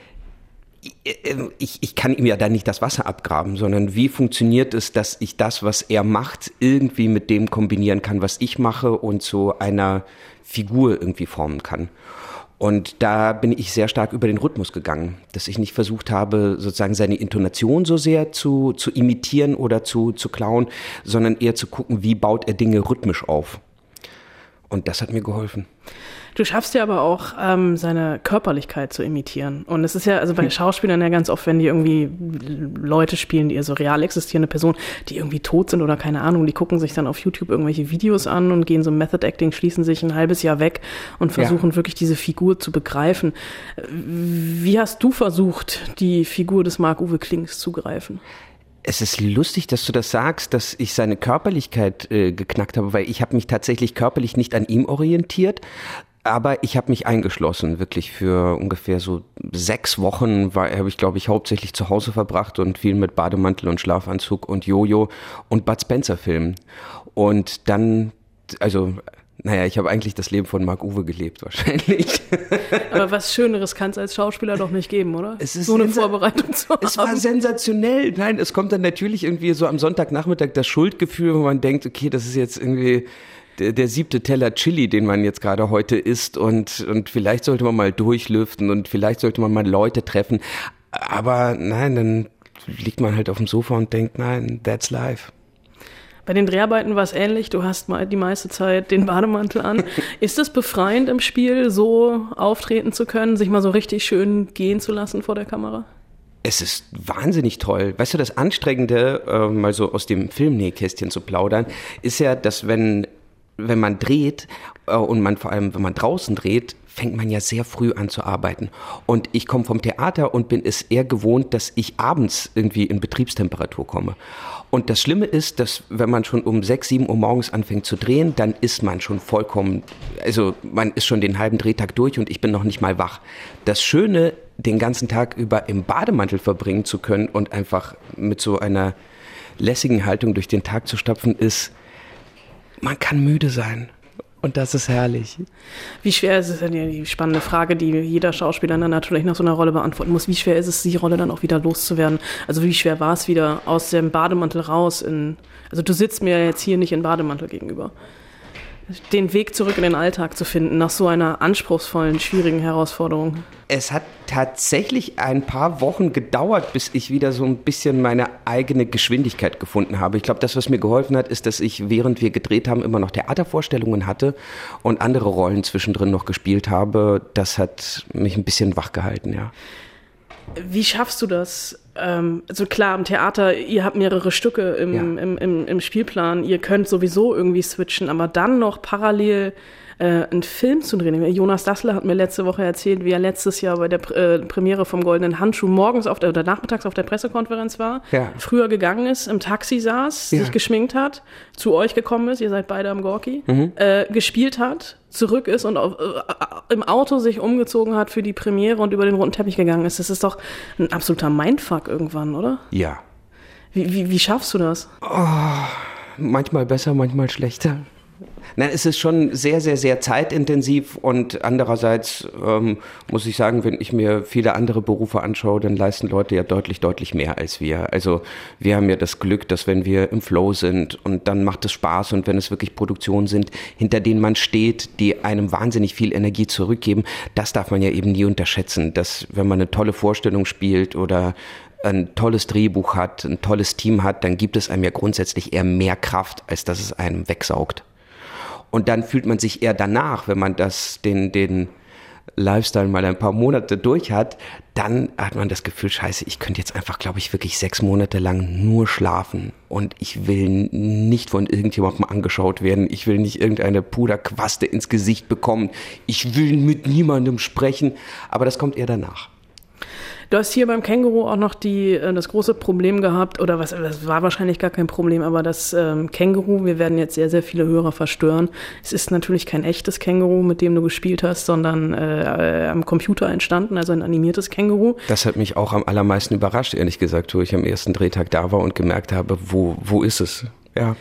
ich kann ihm ja dann nicht das Wasser abgraben, sondern wie funktioniert es, dass ich das, was er macht, irgendwie mit dem kombinieren kann, was ich mache und zu einer Figur irgendwie formen kann. Und da bin ich sehr stark über den Rhythmus gegangen, dass ich nicht versucht habe, sozusagen seine Intonation so sehr zu imitieren oder zu klauen, sondern eher zu gucken, wie baut er Dinge rhythmisch auf. Und das hat mir geholfen. Du schaffst ja aber auch, seine Körperlichkeit zu imitieren. Und es ist ja, also bei Schauspielern ja ganz oft, wenn die irgendwie Leute spielen, die also real existierende Personen, die irgendwie tot sind oder keine Ahnung, die gucken sich dann auf YouTube irgendwelche Videos an und gehen so Method Acting, schließen sich ein halbes Jahr weg und versuchen wirklich diese Figur zu begreifen. Wie hast du versucht, die Figur des Marc-Uwe Klings zu greifen? Es ist lustig, dass du das sagst, dass ich seine Körperlichkeit geknackt habe, weil ich habe mich tatsächlich körperlich nicht an ihm orientiert, aber ich habe mich eingeschlossen, wirklich für ungefähr so 6 Wochen habe ich, glaube ich, hauptsächlich zu Hause verbracht und viel mit Bademantel und Schlafanzug und Jojo und Bud Spencer Filmen. Und dann, also... Naja, ich habe eigentlich das Leben von Marc-Uwe gelebt, wahrscheinlich. Aber was Schöneres kann es als Schauspieler doch nicht geben, oder? Es ist so eine Vorbereitung zu haben. Es war sensationell. Nein, es kommt dann natürlich irgendwie so am Sonntagnachmittag das Schuldgefühl, wo man denkt, okay, das ist jetzt irgendwie der 7. Teller Chili, den man jetzt gerade heute isst und vielleicht sollte man mal durchlüften und vielleicht sollte man mal Leute treffen. Aber nein, dann liegt man halt auf dem Sofa und denkt, nein, that's life. Bei den Dreharbeiten war es ähnlich, du hast mal die meiste Zeit den Bademantel an. Ist es befreiend im Spiel, so auftreten zu können, sich mal so richtig schön gehen zu lassen vor der Kamera? Es ist wahnsinnig toll. Weißt du, das Anstrengende, mal so aus dem Filmnähkästchen zu plaudern, ist ja, dass wenn man dreht und man vor allem, wenn man draußen dreht, fängt man ja sehr früh an zu arbeiten. Und ich komme vom Theater und bin es eher gewohnt, dass ich abends irgendwie in Betriebstemperatur komme. Und das Schlimme ist, dass wenn man schon um 6, 7 Uhr morgens anfängt zu drehen, dann ist man schon vollkommen, also man ist schon den halben Drehtag durch und ich bin noch nicht mal wach. Das Schöne, den ganzen Tag über im Bademantel verbringen zu können und einfach mit so einer lässigen Haltung durch den Tag zu stapfen, ist, man kann müde sein. Und das ist herrlich. Wie schwer ist es denn, die spannende Frage, die jeder Schauspieler dann natürlich nach so einer Rolle beantworten muss, wie schwer ist es, die Rolle dann auch wieder loszuwerden? Also wie schwer war es wieder aus dem Bademantel raus also du sitzt mir jetzt hier nicht in Bademantel gegenüber. Den Weg zurück in den Alltag zu finden, nach so einer anspruchsvollen, schwierigen Herausforderung? Es hat tatsächlich ein paar Wochen gedauert, bis ich wieder so ein bisschen meine eigene Geschwindigkeit gefunden habe. Ich glaube, das, was mir geholfen hat, ist, dass ich, während wir gedreht haben, immer noch Theatervorstellungen hatte und andere Rollen zwischendrin noch gespielt habe. Das hat mich ein bisschen wach gehalten, ja. Wie schaffst du das? Also klar, im Theater, ihr habt mehrere Stücke im Spielplan, ihr könnt sowieso irgendwie switchen, aber dann noch parallel einen Film zu drehen. Jonas Dassler hat mir letzte Woche erzählt, wie er letztes Jahr bei der Premiere vom Goldenen Handschuh morgens oder nachmittags auf der Pressekonferenz war, früher gegangen ist, im Taxi saß, sich geschminkt hat, zu euch gekommen ist, ihr seid beide am Gorki, gespielt hat, zurück ist und im Auto sich umgezogen hat für die Premiere und über den roten Teppich gegangen ist. Das ist doch ein absoluter Mindfuck irgendwann, oder? Ja. Wie schaffst du das? Oh, manchmal besser, manchmal schlechter. Nein, es ist schon sehr, sehr, sehr zeitintensiv und andererseits muss ich sagen, wenn ich mir viele andere Berufe anschaue, dann leisten Leute ja deutlich, deutlich mehr als wir. Also wir haben ja das Glück, dass wenn wir im Flow sind und dann macht es Spaß und wenn es wirklich Produktionen sind, hinter denen man steht, die einem wahnsinnig viel Energie zurückgeben, das darf man ja eben nie unterschätzen, dass wenn man eine tolle Vorstellung spielt oder ein tolles Drehbuch hat, ein tolles Team hat, dann gibt es einem ja grundsätzlich eher mehr Kraft, als dass es einem wegsaugt. Und dann fühlt man sich eher danach, wenn man den Lifestyle mal ein paar Monate durch hat, dann hat man das Gefühl, scheiße, ich könnte jetzt einfach, glaube ich, wirklich 6 Monate lang nur schlafen und ich will nicht von irgendjemandem angeschaut werden, ich will nicht irgendeine Puderquaste ins Gesicht bekommen, ich will mit niemandem sprechen, aber das kommt eher danach. Du hast hier beim Känguru auch noch das große Problem gehabt, oder das war wahrscheinlich gar kein Problem, aber das Känguru, wir werden jetzt sehr, sehr viele Hörer verstören. Es ist natürlich kein echtes Känguru, mit dem du gespielt hast, sondern am Computer entstanden, also ein animiertes Känguru. Das hat mich auch am allermeisten überrascht, ehrlich gesagt, wo ich am ersten Drehtag da war und gemerkt habe, wo ist es? Ja.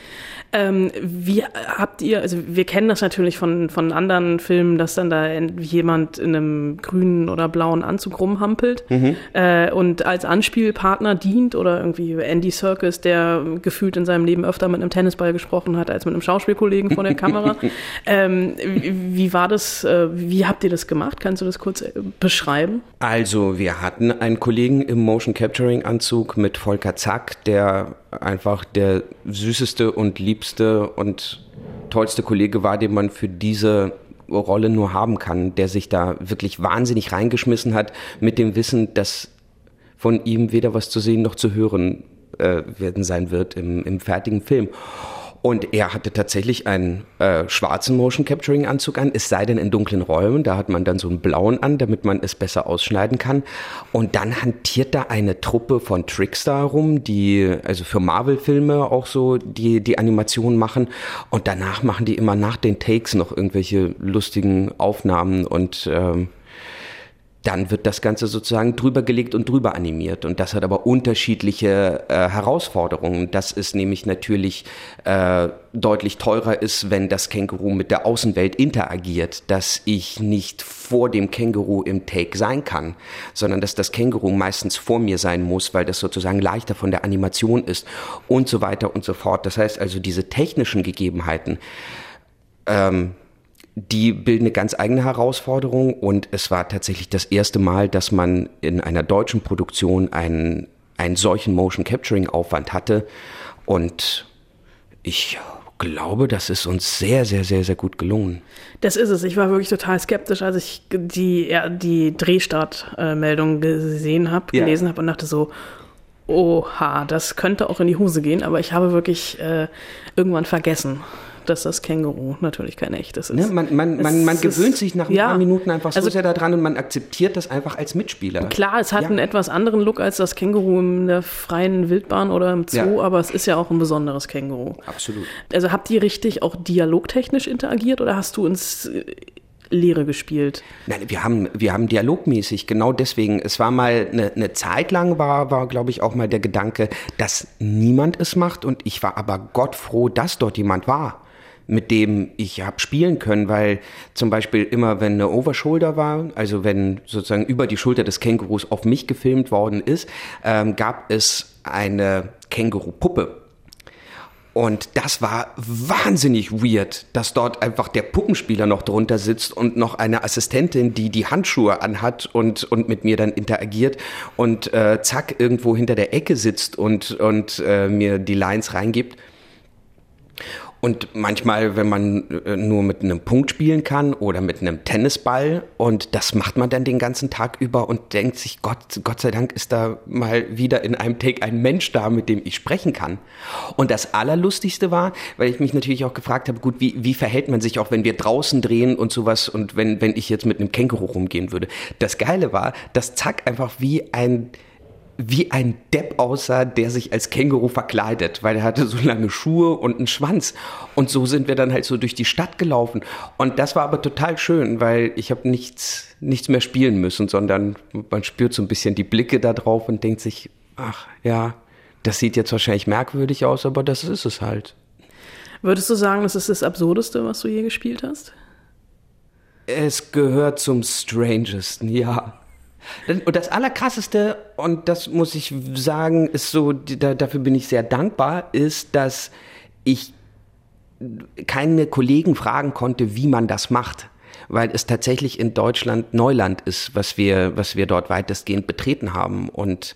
Wie habt ihr, also wir kennen das natürlich von anderen Filmen, dass dann da jemand in einem grünen oder blauen Anzug rumhampelt und als Anspielpartner dient oder irgendwie Andy Serkis, der gefühlt in seinem Leben öfter mit einem Tennisball gesprochen hat als mit einem Schauspielkollegen vor der Kamera. Wie war das, wie habt ihr das gemacht? Kannst du das kurz beschreiben? Also wir hatten einen Kollegen im Motion Capturing Anzug mit Volker Zack, der einfach der süßeste und liebste und tollste Kollege war, den man für diese Rolle nur haben kann, der sich da wirklich wahnsinnig reingeschmissen hat mit dem Wissen, dass von ihm weder was zu sehen noch zu hören werden sein wird im fertigen Film. Und er hatte tatsächlich einen schwarzen Motion-Capturing-Anzug an, es sei denn in dunklen Räumen, da hat man dann so einen blauen an, damit man es besser ausschneiden kann. Und dann hantiert da eine Truppe von Trickstar rum, die also für Marvel-Filme auch so die Animationen machen. Und danach machen die immer nach den Takes noch irgendwelche lustigen Aufnahmen und dann wird das Ganze sozusagen drüber gelegt und drüber animiert. Und das hat aber unterschiedliche Herausforderungen. Dass es nämlich natürlich deutlich teurer ist, wenn das Känguru mit der Außenwelt interagiert. Dass ich nicht vor dem Känguru im Take sein kann, sondern dass das Känguru meistens vor mir sein muss, weil das sozusagen leichter von der Animation ist und so weiter und so fort. Das heißt also, diese technischen Gegebenheiten, die bilden eine ganz eigene Herausforderung und es war tatsächlich das erste Mal, dass man in einer deutschen Produktion einen solchen Motion-Capturing-Aufwand hatte und ich glaube, das ist uns sehr, sehr, sehr, sehr gut gelungen. Das ist es. Ich war wirklich total skeptisch, als ich die Drehstartmeldung gelesen habe und dachte so, oha, das könnte auch in die Hose gehen, aber ich habe wirklich irgendwann vergessen, dass das Känguru natürlich kein echtes ist. Ne, man gewöhnt sich nach ein paar Minuten einfach so sehr daran und man akzeptiert das einfach als Mitspieler. Klar, es hat einen etwas anderen Look als das Känguru in der freien Wildbahn oder im Zoo, aber es ist ja auch ein besonderes Känguru. Absolut. Also habt ihr richtig auch dialogtechnisch interagiert oder hast du ins Leere gespielt? Nein, wir haben dialogmäßig, genau deswegen. Es war mal eine Zeit lang, war glaube ich auch mal der Gedanke, dass niemand es macht und ich war aber gottfroh, dass dort jemand war, mit dem ich habe spielen können, weil zum Beispiel immer, wenn eine Overshoulder war, also wenn sozusagen über die Schulter des Kängurus auf mich gefilmt worden ist, gab es eine Känguru-Puppe. Und das war wahnsinnig weird, dass dort einfach der Puppenspieler noch drunter sitzt und noch eine Assistentin, die Handschuhe anhat und mit mir dann interagiert und zack, irgendwo hinter der Ecke sitzt und mir die Lines reingibt. Und manchmal, wenn man nur mit einem Punkt spielen kann oder mit einem Tennisball und das macht man dann den ganzen Tag über und denkt sich, Gott sei Dank ist da mal wieder in einem Take ein Mensch da, mit dem ich sprechen kann. Und das Allerlustigste war, weil ich mich natürlich auch gefragt habe, gut, wie verhält man sich auch, wenn wir draußen drehen und sowas und wenn ich jetzt mit einem Känguru rumgehen würde. Das Geile war, dass Zack einfach wie ein Depp aussah, der sich als Känguru verkleidet, weil er hatte so lange Schuhe und einen Schwanz. Und so sind wir dann halt so durch die Stadt gelaufen. Und das war aber total schön, weil ich habe nichts mehr spielen müssen, sondern man spürt so ein bisschen die Blicke da drauf und denkt sich, ach ja, das sieht jetzt wahrscheinlich merkwürdig aus, aber das ist es halt. Würdest du sagen, das ist das Absurdeste, was du je gespielt hast? Es gehört zum Strangesten, ja. Und das Allerkrasseste, und das muss ich sagen, ist so, dafür bin ich sehr dankbar, ist, dass ich keine Kollegen fragen konnte, wie man das macht, weil es tatsächlich in Deutschland Neuland ist, was wir dort weitestgehend betreten haben und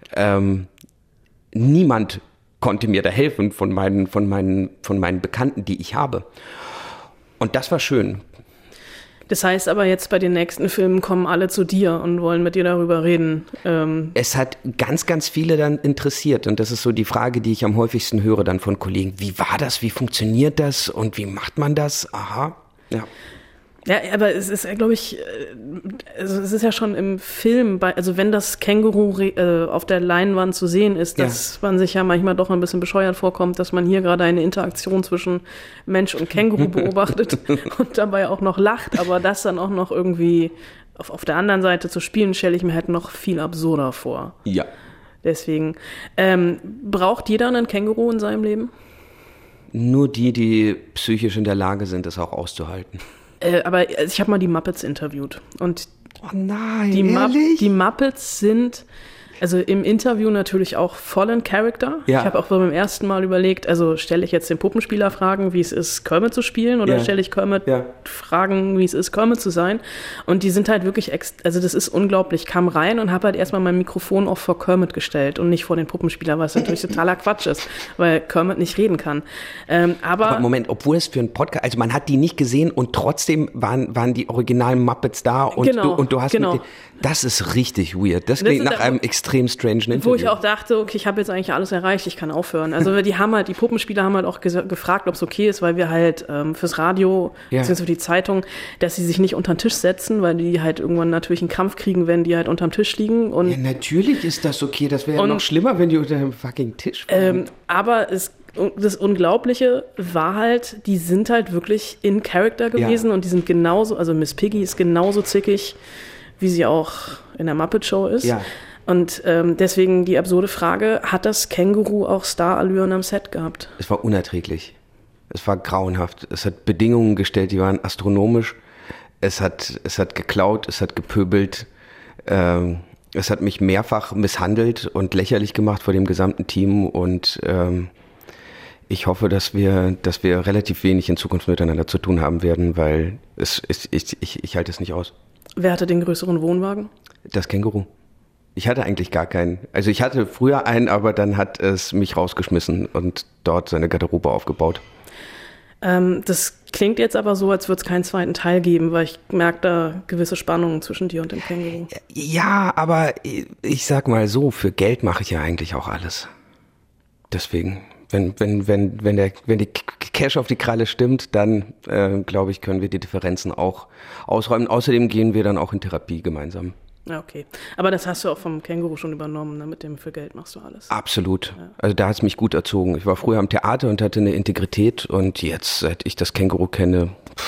niemand konnte mir da helfen von meinen Bekannten, die ich habe. Und das war schön. Das heißt aber jetzt bei den nächsten Filmen kommen alle zu dir und wollen mit dir darüber reden. Es hat ganz, ganz viele dann interessiert und das ist so die Frage, die ich am häufigsten höre dann von Kollegen. Wie war das? Wie funktioniert das? Und wie macht man das? Aha, ja. Ja, aber es ist, glaube ich, also es ist ja schon im Film, also wenn das Känguru auf der Leinwand zu sehen ist, dass man sich ja manchmal doch ein bisschen bescheuert vorkommt, dass man hier gerade eine Interaktion zwischen Mensch und Känguru beobachtet und dabei auch noch lacht, aber das dann auch noch irgendwie auf der anderen Seite zu spielen, stelle ich mir halt noch viel absurder vor. Ja. Deswegen, braucht jeder einen Känguru in seinem Leben? Nur die psychisch in der Lage sind, es auch auszuhalten. Aber ich habe mal die Muppets interviewt und oh nein, die Muppets sind Also im Interview natürlich auch voll in Character. Ja. Ich habe auch beim ersten Mal überlegt, also stelle ich jetzt den Puppenspieler Fragen, wie es ist, Kermit zu spielen, oder stelle ich Kermit Fragen, wie es ist, Kermit zu sein. Und die sind halt wirklich, also das ist unglaublich. Ich kam rein und habe halt erstmal mein Mikrofon auch vor Kermit gestellt und nicht vor den Puppenspieler, was natürlich totaler Quatsch ist, weil Kermit nicht reden kann. Aber Moment, obwohl es für einen Podcast, also man hat die nicht gesehen und trotzdem waren die originalen Muppets da und du hast mit das ist richtig weird. Das klingt nach einem extrem strange Interview. Wo ich auch dachte, okay, ich habe jetzt eigentlich alles erreicht, ich kann aufhören. Also die Puppenspieler haben halt auch gefragt, ob es okay ist, weil wir halt fürs Radio, beziehungsweise für die Zeitung, dass sie sich nicht unter den Tisch setzen, weil die halt irgendwann natürlich einen Kampf kriegen, wenn die halt unterm Tisch liegen. Und natürlich ist das okay, das wäre ja noch schlimmer, wenn die unter dem fucking Tisch waren. Aber das Unglaubliche war halt, die sind halt wirklich in Character gewesen und die sind genauso, also Miss Piggy ist genauso zickig, wie sie auch in der Muppet Show ist. Ja. Und deswegen die absurde Frage, hat das Känguru auch Starallüren am Set gehabt? Es war unerträglich. Es war grauenhaft. Es hat Bedingungen gestellt, die waren astronomisch. Es hat geklaut, es hat gepöbelt. Es hat mich mehrfach misshandelt und lächerlich gemacht vor dem gesamten Team. Und ich hoffe, dass wir relativ wenig in Zukunft miteinander zu tun haben werden, weil ich halte es nicht aus. Wer hatte den größeren Wohnwagen? Das Känguru. Ich hatte eigentlich gar keinen. Also ich hatte früher einen, aber dann hat es mich rausgeschmissen und dort seine Garderobe aufgebaut. Das klingt jetzt aber so, als würde es keinen zweiten Teil geben, weil ich merke da gewisse Spannungen zwischen dir und dem Känguru. Ja, aber ich sag mal so, für Geld mache ich ja eigentlich auch alles. Deswegen, wenn die Cash auf die Kralle stimmt, dann glaube ich, können wir die Differenzen auch ausräumen. Außerdem gehen wir dann auch in Therapie gemeinsam. Ja, okay. Aber das hast du auch vom Känguru schon übernommen, ne? Mit dem für Geld machst du alles. Absolut. Ja. Also da hat es mich gut erzogen. Ich war früher am Theater und hatte eine Integrität und jetzt, seit ich das Känguru kenne,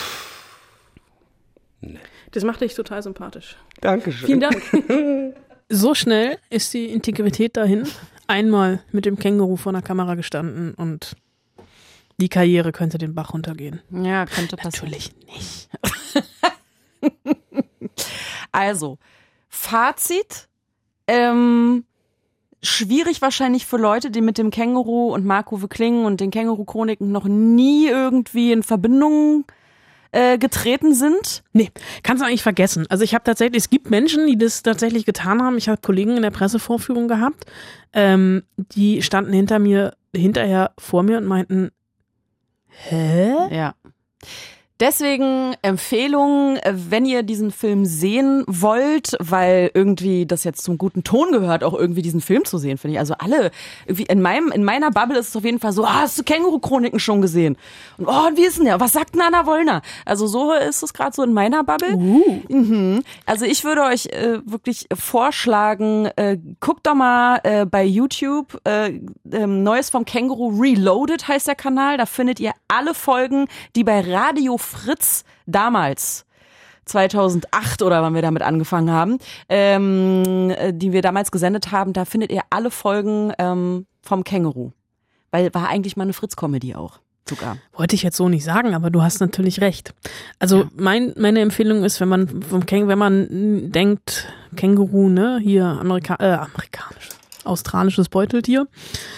nee. Das macht dich total sympathisch. Dankeschön. Vielen Dank. So schnell ist die Integrität dahin. Einmal mit dem Känguru vor der Kamera gestanden und die Karriere könnte den Bach runtergehen. Ja, könnte passieren. Natürlich nicht. Also, Fazit, schwierig wahrscheinlich für Leute, die mit dem Känguru und Mark-Uwe Kling und den Känguru-Chroniken noch nie irgendwie in Verbindung getreten sind. Nee, kannst du eigentlich vergessen. Also es gibt Menschen, die das tatsächlich getan haben. Ich habe Kollegen in der Pressevorführung gehabt, die standen hinterher vor mir und meinten, hä? Ja. Deswegen Empfehlung, wenn ihr diesen Film sehen wollt, weil irgendwie das jetzt zum guten Ton gehört, auch irgendwie diesen Film zu sehen, finde ich. Also alle, irgendwie in meiner Bubble ist es auf jeden Fall so, hast du Känguru-Chroniken schon gesehen? Und wie ist denn der? Was sagt denn Anna Wollner? Also so ist es gerade so in meiner Bubble. Also ich würde euch wirklich vorschlagen, guckt doch mal bei YouTube, Neues vom Känguru Reloaded heißt der Kanal. Da findet ihr alle Folgen, die bei Radio Fritz damals 2008 oder wann wir damit angefangen haben, die wir damals gesendet haben, da findet ihr alle Folgen vom Känguru. Weil war eigentlich mal eine Fritz-Comedy auch sogar. Wollte ich jetzt so nicht sagen, aber du hast natürlich recht. Also meine Empfehlung ist, wenn man denkt, Känguru, ne, hier australisches Beuteltier,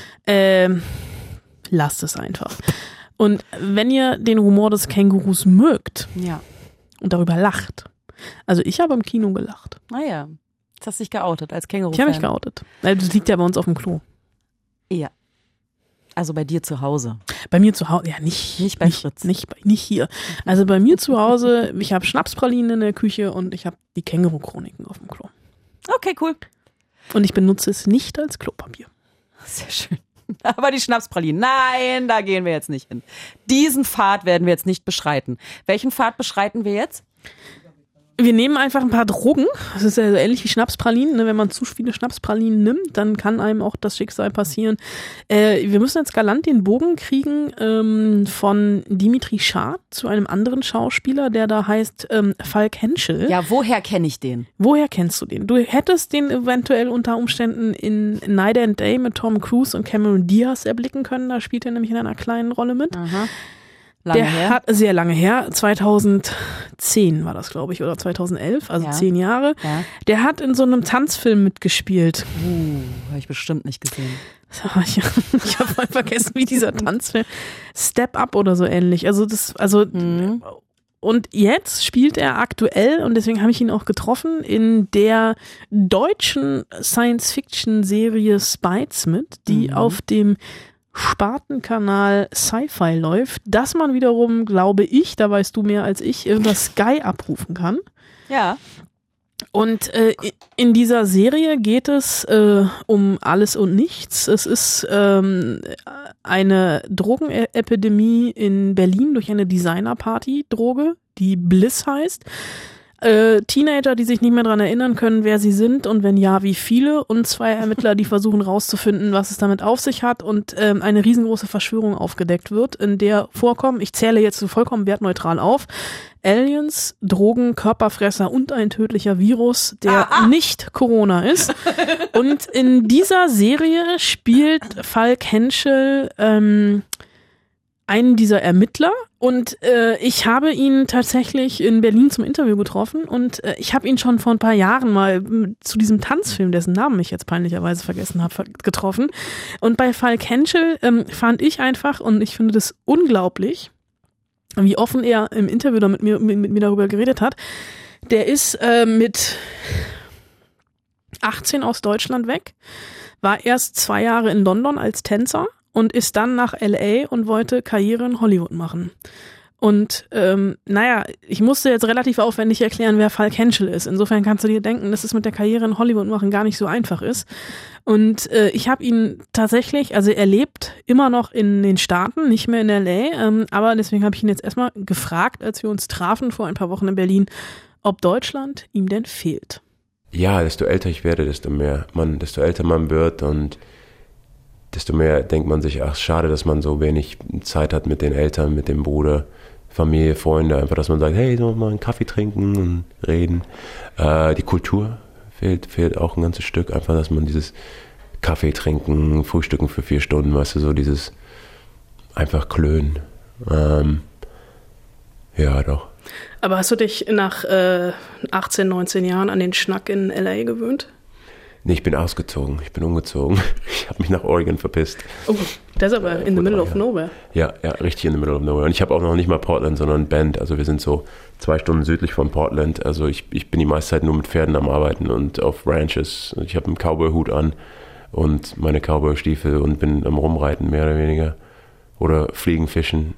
lasst es einfach. Und wenn ihr den Humor des Kängurus mögt und darüber lacht, also ich habe im Kino gelacht. Naja, jetzt hast du dich geoutet als Känguru-Fan. Ich habe mich geoutet. Das liegt ja bei uns auf dem Klo. Ja. Also bei dir zu Hause. Bei mir zu Hause, ja nicht bei Fritz. Nicht hier. Also bei mir zu Hause, ich habe Schnapspralinen in der Küche und ich habe die Känguru-Chroniken auf dem Klo. Okay, cool. Und ich benutze es nicht als Klopapier. Sehr schön. Aber die Schnapspralinen, nein, da gehen wir jetzt nicht hin. Diesen Pfad werden wir jetzt nicht beschreiten. Welchen Pfad beschreiten wir jetzt? Wir nehmen einfach ein paar Drogen. Das ist ja so ähnlich wie Schnapspralinen. Ne? Wenn man zu viele Schnapspralinen nimmt, dann kann einem auch das Schicksal passieren. Wir müssen jetzt galant den Bogen kriegen von Dimitri Schad zu einem anderen Schauspieler, der da heißt Falk Henschel. Ja, woher kenne ich den? Woher kennst du den? Du hättest den eventuell unter Umständen in Night and Day mit Tom Cruise und Cameron Diaz erblicken können. Da spielt er nämlich in einer kleinen Rolle mit. Aha. Hat sehr lange her, 2010 war das, glaube ich, oder 2011, also 10 Jahre. Ja. Der hat in so einem Tanzfilm mitgespielt. Habe ich bestimmt nicht gesehen. Ich habe mal vergessen, wie dieser Tanzfilm Step Up oder so ähnlich. Und jetzt spielt er aktuell, und deswegen habe ich ihn auch getroffen, in der deutschen Science-Fiction-Serie Spites mit, die auf dem Spartenkanal Sci-Fi läuft, dass man wiederum, glaube ich, da weißt du mehr als ich, über Sky abrufen kann. Ja. Und in dieser Serie geht es um alles und nichts. Es ist eine Drogenepidemie in Berlin durch eine Designer-Party-Droge, die Bliss heißt. Teenager, die sich nicht mehr daran erinnern können, wer sie sind und wenn ja, wie viele, und 2 Ermittler, die versuchen rauszufinden, was es damit auf sich hat, und eine riesengroße Verschwörung aufgedeckt wird, in der vorkommen, ich zähle jetzt so vollkommen wertneutral auf, Aliens, Drogen, Körperfresser und ein tödlicher Virus, der nicht Corona ist. Und in dieser Serie spielt Falk Henschel einen dieser Ermittler, und ich habe ihn tatsächlich in Berlin zum Interview getroffen, und ich habe ihn schon vor ein paar Jahren mal zu diesem Tanzfilm, dessen Namen ich jetzt peinlicherweise vergessen habe, getroffen. Und bei Falk Henschel fand ich einfach, und ich finde das unglaublich, wie offen er im Interview da mit mir darüber geredet hat. Der ist mit 18 aus Deutschland weg, war erst 2 Jahre in London als Tänzer und ist dann nach LA und wollte Karriere in Hollywood machen. Und ich musste jetzt relativ aufwendig erklären, wer Falk Henschel ist. Insofern kannst du dir denken, dass es mit der Karriere in Hollywood machen gar nicht so einfach ist. Und ich habe ihn tatsächlich, also er lebt immer noch in den Staaten, nicht mehr in LA, aber deswegen habe ich ihn jetzt erstmal gefragt, als wir uns trafen vor ein paar Wochen in Berlin, ob Deutschland ihm denn fehlt. Ja, desto älter ich werde, desto älter man wird, und desto mehr denkt man sich, ach, schade, dass man so wenig Zeit hat mit den Eltern, mit dem Bruder, Familie, Freunde, einfach, dass man sagt, hey, sollen wir mal einen Kaffee trinken und reden. Die Kultur fehlt auch ein ganzes Stück, einfach, dass man dieses Kaffee trinken, Frühstücken für 4 Stunden, weißt du, so dieses einfach klönen. Ja, doch. Aber hast du dich nach 18, 19 Jahren an den Schnack in L.A. gewöhnt? Nee, ich bin ausgezogen, ich bin umgezogen. Ich habe mich nach Oregon verpisst. Oh, das ist aber in the middle of nowhere. Ja, richtig in the middle of nowhere. Und ich habe auch noch nicht mal Portland, sondern Bend. Also wir sind so 2 Stunden südlich von Portland. Also ich bin die meiste Zeit nur mit Pferden am Arbeiten und auf Ranches. Ich habe einen Cowboy-Hut an und meine Cowboy-Stiefel und bin am Rumreiten, mehr oder weniger. Oder fliegen, fischen.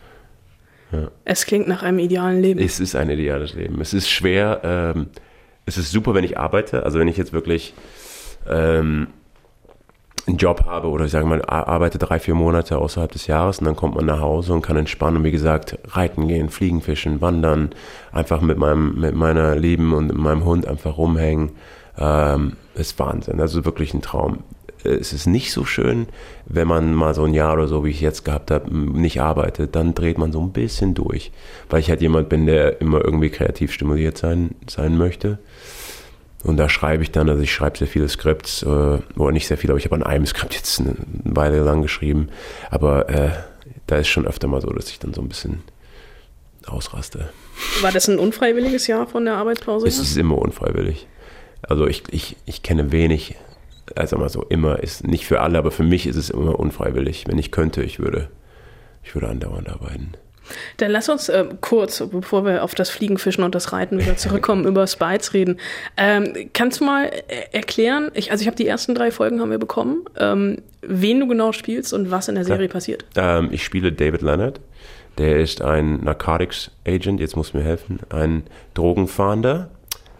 Ja. Es klingt nach einem idealen Leben. Es ist ein ideales Leben. Es ist schwer. Es ist super, wenn ich arbeite. Also wenn ich jetzt wirklich einen Job habe oder ich sage mal, arbeite 3-4 Monate außerhalb des Jahres und dann kommt man nach Hause und kann entspannen und wie gesagt, reiten gehen, fliegen, fischen, wandern, einfach mit meiner Lieben und mit meinem Hund einfach rumhängen. Ist Wahnsinn. Also wirklich ein Traum. Es ist nicht so schön, wenn man mal so ein Jahr oder so, wie ich jetzt gehabt habe, nicht arbeitet, dann dreht man so ein bisschen durch, weil ich halt jemand bin, der immer irgendwie kreativ stimuliert sein möchte. Und da schreibe ich dann, also ich schreibe sehr viele Skripts, oder nicht sehr viele, aber ich habe an einem Skript jetzt eine Weile lang geschrieben, aber da ist schon öfter mal so, dass ich dann so ein bisschen ausraste. War das ein unfreiwilliges Jahr von der Arbeitspause? Es ist immer unfreiwillig. Also ich kenne wenig, also mal so immer, ist nicht für alle, aber für mich ist es immer unfreiwillig. Wenn ich könnte, ich würde andauernd arbeiten. Dann lass uns kurz, bevor wir auf das Fliegen, Fischen und das Reiten wieder zurückkommen, über Spites reden. Kannst du mal erklären, ich habe die ersten 3 Folgen haben wir bekommen, wen du genau spielst und was in der Serie passiert? Ich spiele David Leonard. Der ist ein Narcotics Agent, jetzt muss mir helfen, ein Drogenfahnder.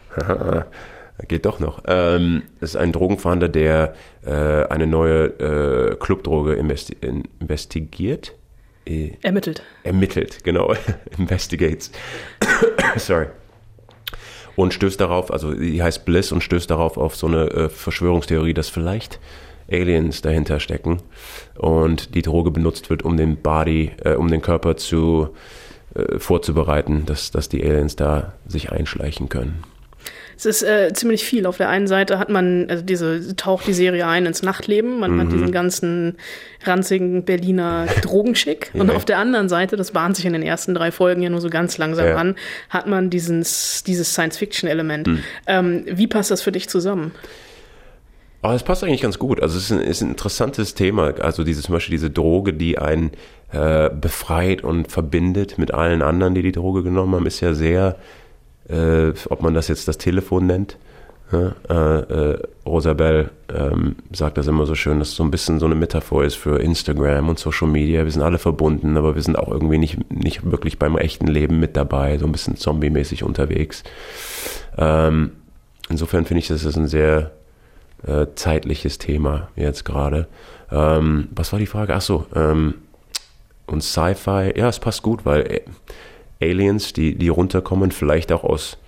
Geht doch noch. Das ist ein Drogenfahnder, der eine neue Clubdroge investigiert. Ermittelt, genau. Investigates. Sorry. Und stößt darauf, also die heißt Bliss, und stößt darauf auf so eine Verschwörungstheorie, dass vielleicht Aliens dahinter stecken und die Droge benutzt wird, um den Körper vorzubereiten, dass die Aliens da sich einschleichen können. Es ist ziemlich viel. Auf der einen Seite hat man, taucht die Serie ein ins Nachtleben. Man hat diesen ganzen ranzigen Berliner Drogenschick. Und auf der anderen Seite, das bahnt sich in den ersten 3 Folgen ja nur so ganz langsam an, hat man dieses Science-Fiction-Element. Wie passt das für dich zusammen? Aber es passt eigentlich ganz gut. Also es ist ein interessantes Thema. Also zum Beispiel diese Droge, die einen befreit und verbindet mit allen anderen, die Droge genommen haben, ist ja sehr, ob man das jetzt das Telefon nennt. Rosabelle sagt das immer so schön, dass es so ein bisschen so eine Metaphor ist für Instagram und Social Media. Wir sind alle verbunden, aber wir sind auch irgendwie nicht wirklich beim echten Leben mit dabei, so ein bisschen zombie-mäßig unterwegs. Insofern finde ich, das ist ein sehr zeitliches Thema jetzt gerade. Was war die Frage? Ach so, und Sci-Fi, ja, es passt gut, weil Aliens, die runterkommen, vielleicht auch aus,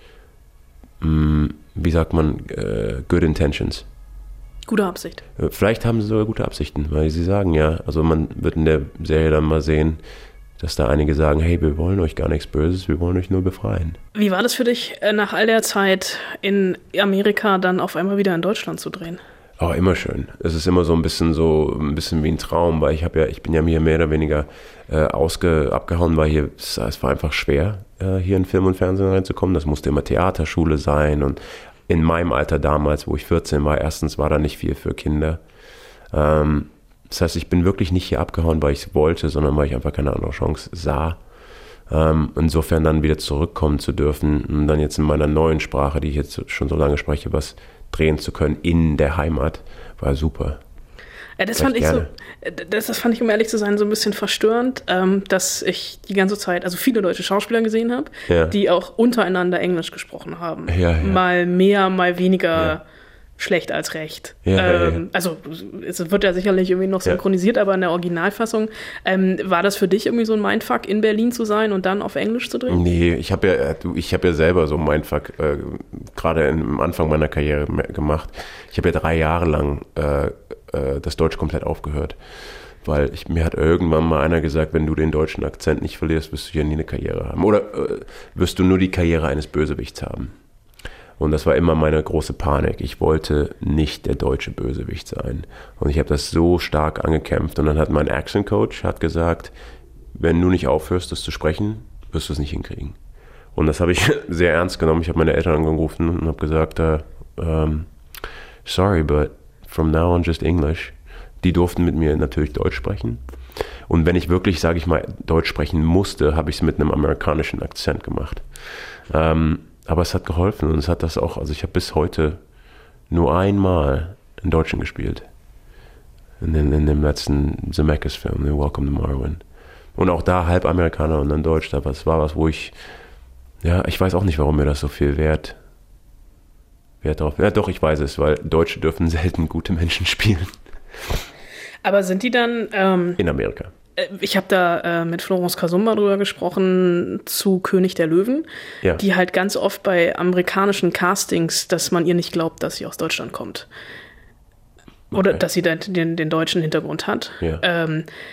wie sagt man, good intentions. Gute Absicht. Vielleicht haben sie sogar gute Absichten, weil sie sagen ja, also man wird in der Serie dann mal sehen, dass da einige sagen, hey, wir wollen euch gar nichts Böses, wir wollen euch nur befreien. Wie war das für dich, nach all der Zeit in Amerika dann auf einmal wieder in Deutschland zu drehen? Oh, immer schön. Es ist immer so ein bisschen wie ein Traum, weil ich bin ja hier mehr oder weniger abgehauen, weil hier, es war einfach schwer, hier in Film und Fernsehen reinzukommen. Das musste immer Theaterschule sein und in meinem Alter damals, wo ich 14 war, erstens war da nicht viel für Kinder. Das heißt, ich bin wirklich nicht hier abgehauen, weil ich es wollte, sondern weil ich einfach keine andere Chance sah. Insofern dann wieder zurückkommen zu dürfen und dann jetzt in meiner neuen Sprache, die ich jetzt schon so lange spreche, was drehen zu können in der Heimat, war super. Ja, das fand ich, um ehrlich zu sein, so ein bisschen verstörend, dass ich die ganze Zeit, also viele deutsche Schauspieler gesehen habe, die auch untereinander Englisch gesprochen haben. Ja. Mal mehr, mal weniger schlecht als recht. Also es wird ja sicherlich irgendwie noch synchronisiert, aber in der Originalfassung, war das für dich irgendwie so ein Mindfuck, in Berlin zu sein und dann auf Englisch zu drehen? Nee, ich habe ja selber so ein Mindfuck gerade am Anfang meiner Karriere gemacht. Ich habe ja 3 Jahre lang das Deutsch komplett aufgehört, weil mir hat irgendwann mal einer gesagt, wenn du den deutschen Akzent nicht verlierst, wirst du ja nie eine Karriere haben. Oder wirst du nur die Karriere eines Bösewichts haben. Und das war immer meine große Panik. Ich wollte nicht der deutsche Bösewicht sein. Und ich habe das so stark angekämpft. Und dann hat mein Accent Coach gesagt, wenn du nicht aufhörst, das zu sprechen, wirst du es nicht hinkriegen. Und das habe ich sehr ernst genommen. Ich habe meine Eltern angerufen und habe gesagt, sorry, but from now on just English. Die durften mit mir natürlich Deutsch sprechen. Und wenn ich wirklich, sage ich mal, Deutsch sprechen musste, habe ich es mit einem amerikanischen Akzent gemacht. Aber es hat geholfen und es hat das auch, also ich habe bis heute nur einmal in Deutschen gespielt. In dem letzten Zemeckis-Film, The Welcome to Marwen. Und auch da halb Amerikaner und dann Deutsch, aber es war was, wo ich weiß auch nicht, warum mir das so viel Wert drauf. Ja doch, ich weiß es, weil Deutsche dürfen selten gute Menschen spielen. Aber sind die dann... in Amerika. Ich habe da mit Florence Kasumba drüber gesprochen, zu König der Löwen, die halt ganz oft bei amerikanischen Castings, dass man ihr nicht glaubt, dass sie aus Deutschland kommt. Oder dass sie den deutschen Hintergrund hat. Ja.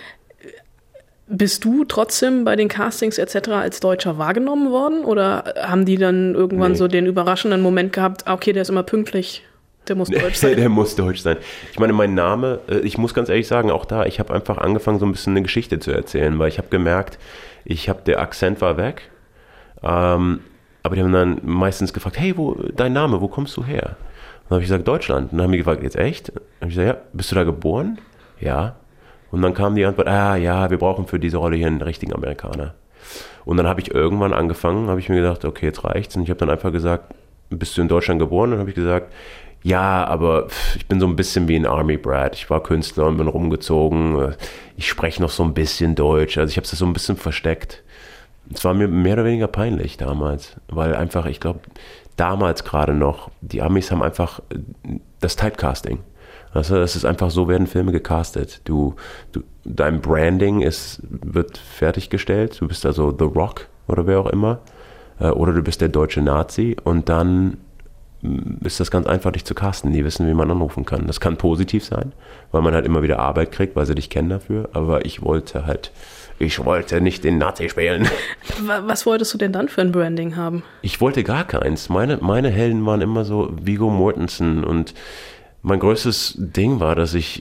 Bist du trotzdem bei den Castings etc. als Deutscher wahrgenommen worden? Oder haben die dann irgendwann so den überraschenden Moment gehabt, okay, der ist immer pünktlich, der muss deutsch sein? Der muss deutsch sein. Ich meine, mein Name, ich muss ganz ehrlich sagen, auch da, ich habe einfach angefangen, so ein bisschen eine Geschichte zu erzählen, weil ich habe gemerkt, der Akzent war weg, aber die haben dann meistens gefragt, hey, dein Name, wo kommst du her? Und dann habe ich gesagt, Deutschland. Und dann haben die gefragt, jetzt echt? Dann habe ich gesagt, ja, bist du da geboren? Ja. Und dann kam die Antwort, ja, wir brauchen für diese Rolle hier einen richtigen Amerikaner. Und dann habe ich irgendwann angefangen, habe ich mir gedacht, okay, jetzt reicht's. Und ich habe dann einfach gesagt, bist du in Deutschland geboren? Und dann habe ich gesagt, ja, aber ich bin so ein bisschen wie ein Army Brat. Ich war Künstler und bin rumgezogen. Ich spreche noch so ein bisschen Deutsch. Also ich habe es so ein bisschen versteckt. Es war mir mehr oder weniger peinlich damals, weil einfach, ich glaube, damals gerade noch, die Amis haben einfach das Typecasting. Also das ist einfach so, werden Filme gecastet. Dein Branding wird fertiggestellt. Du bist also The Rock oder wer auch immer. Oder du bist der deutsche Nazi und dann ist das ganz einfach, dich zu casten. Die wissen, wie man anrufen kann. Das kann positiv sein, weil man halt immer wieder Arbeit kriegt, weil sie dich kennen dafür. Aber ich wollte nicht den Nazi spielen. Was wolltest du denn dann für ein Branding haben? Ich wollte gar keins. Meine Helden waren immer so Viggo Mortensen. Und mein größtes Ding war, dass ich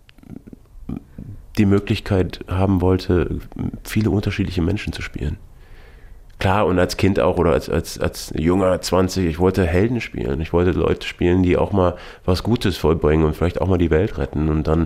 die Möglichkeit haben wollte, viele unterschiedliche Menschen zu spielen. Klar, und als Kind auch oder als junger 20, ich wollte Helden spielen. Ich wollte Leute spielen, die auch mal was Gutes vollbringen und vielleicht auch mal die Welt retten und dann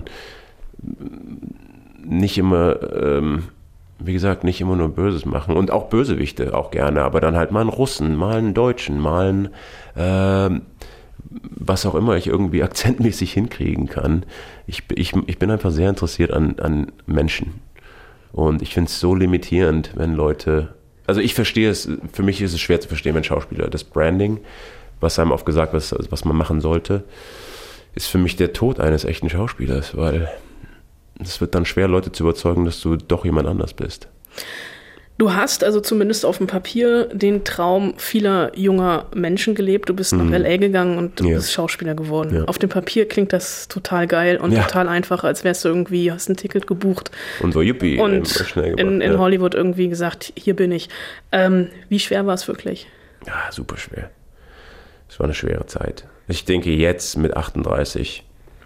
nicht immer, wie gesagt, nicht immer nur Böses machen und auch Bösewichte auch gerne, aber dann halt mal einen Russen, mal einen Deutschen, mal einen, was auch immer ich irgendwie akzentmäßig hinkriegen kann. Ich bin einfach sehr interessiert an Menschen und ich finde es so limitierend, wenn Leute... Also ich verstehe es, für mich ist es schwer zu verstehen, wenn Schauspieler das Branding, was einem oft gesagt wird, was man machen sollte, ist für mich der Tod eines echten Schauspielers, weil es wird dann schwer, Leute zu überzeugen, dass du doch jemand anders bist. Du hast also zumindest auf dem Papier den Traum vieler junger Menschen gelebt. Du bist nach L.A. gegangen und du bist Schauspieler geworden. Ja. Auf dem Papier klingt das total geil und total einfach, als wärst du irgendwie, hast ein Ticket gebucht. Und so Yuppie. Und in Hollywood irgendwie gesagt, hier bin ich. Wie schwer war es wirklich? Ja, super schwer. Es war eine schwere Zeit. Ich denke, jetzt mit 38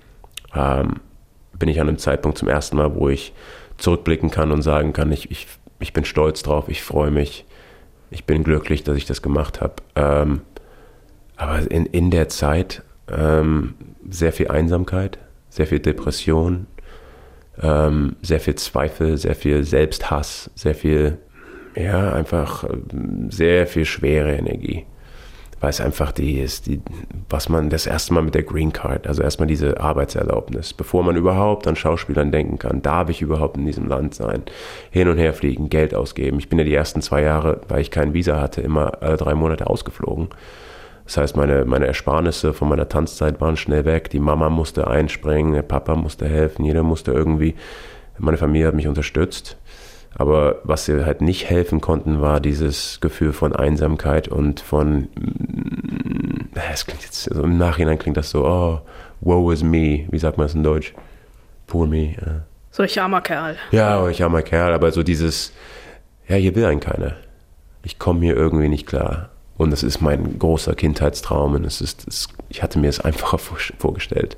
bin ich an einem Zeitpunkt zum ersten Mal, wo ich zurückblicken kann und sagen kann, ich bin stolz drauf, ich freue mich, ich bin glücklich, dass ich das gemacht habe. Aber in der Zeit sehr viel Einsamkeit, sehr viel Depression, sehr viel Zweifel, sehr viel Selbsthass, sehr viel, einfach sehr viel schwere Energie. Weil es einfach was man das erste Mal mit der Green Card, also erstmal diese Arbeitserlaubnis, bevor man überhaupt an Schauspielern denken kann, darf ich überhaupt in diesem Land sein, hin und her fliegen, Geld ausgeben. Ich bin ja die ersten 2 Jahre, weil ich kein Visa hatte, immer alle 3 Monate ausgeflogen. Das heißt, meine Ersparnisse von meiner Tanzzeit waren schnell weg, die Mama musste einspringen, der Papa musste helfen, jeder musste irgendwie, meine Familie hat mich unterstützt. Aber was sie halt nicht helfen konnten, war dieses Gefühl von Einsamkeit und von, es klingt jetzt, also im Nachhinein klingt das so, oh, woe is me, wie sagt man das in Deutsch? Poor me. So, ich armer Kerl. Ja, ich armer Kerl, aber so dieses, hier will einen keiner. Ich komme hier irgendwie nicht klar. Und das ist mein großer Kindheitstraum und ich hatte mir es einfacher vorgestellt.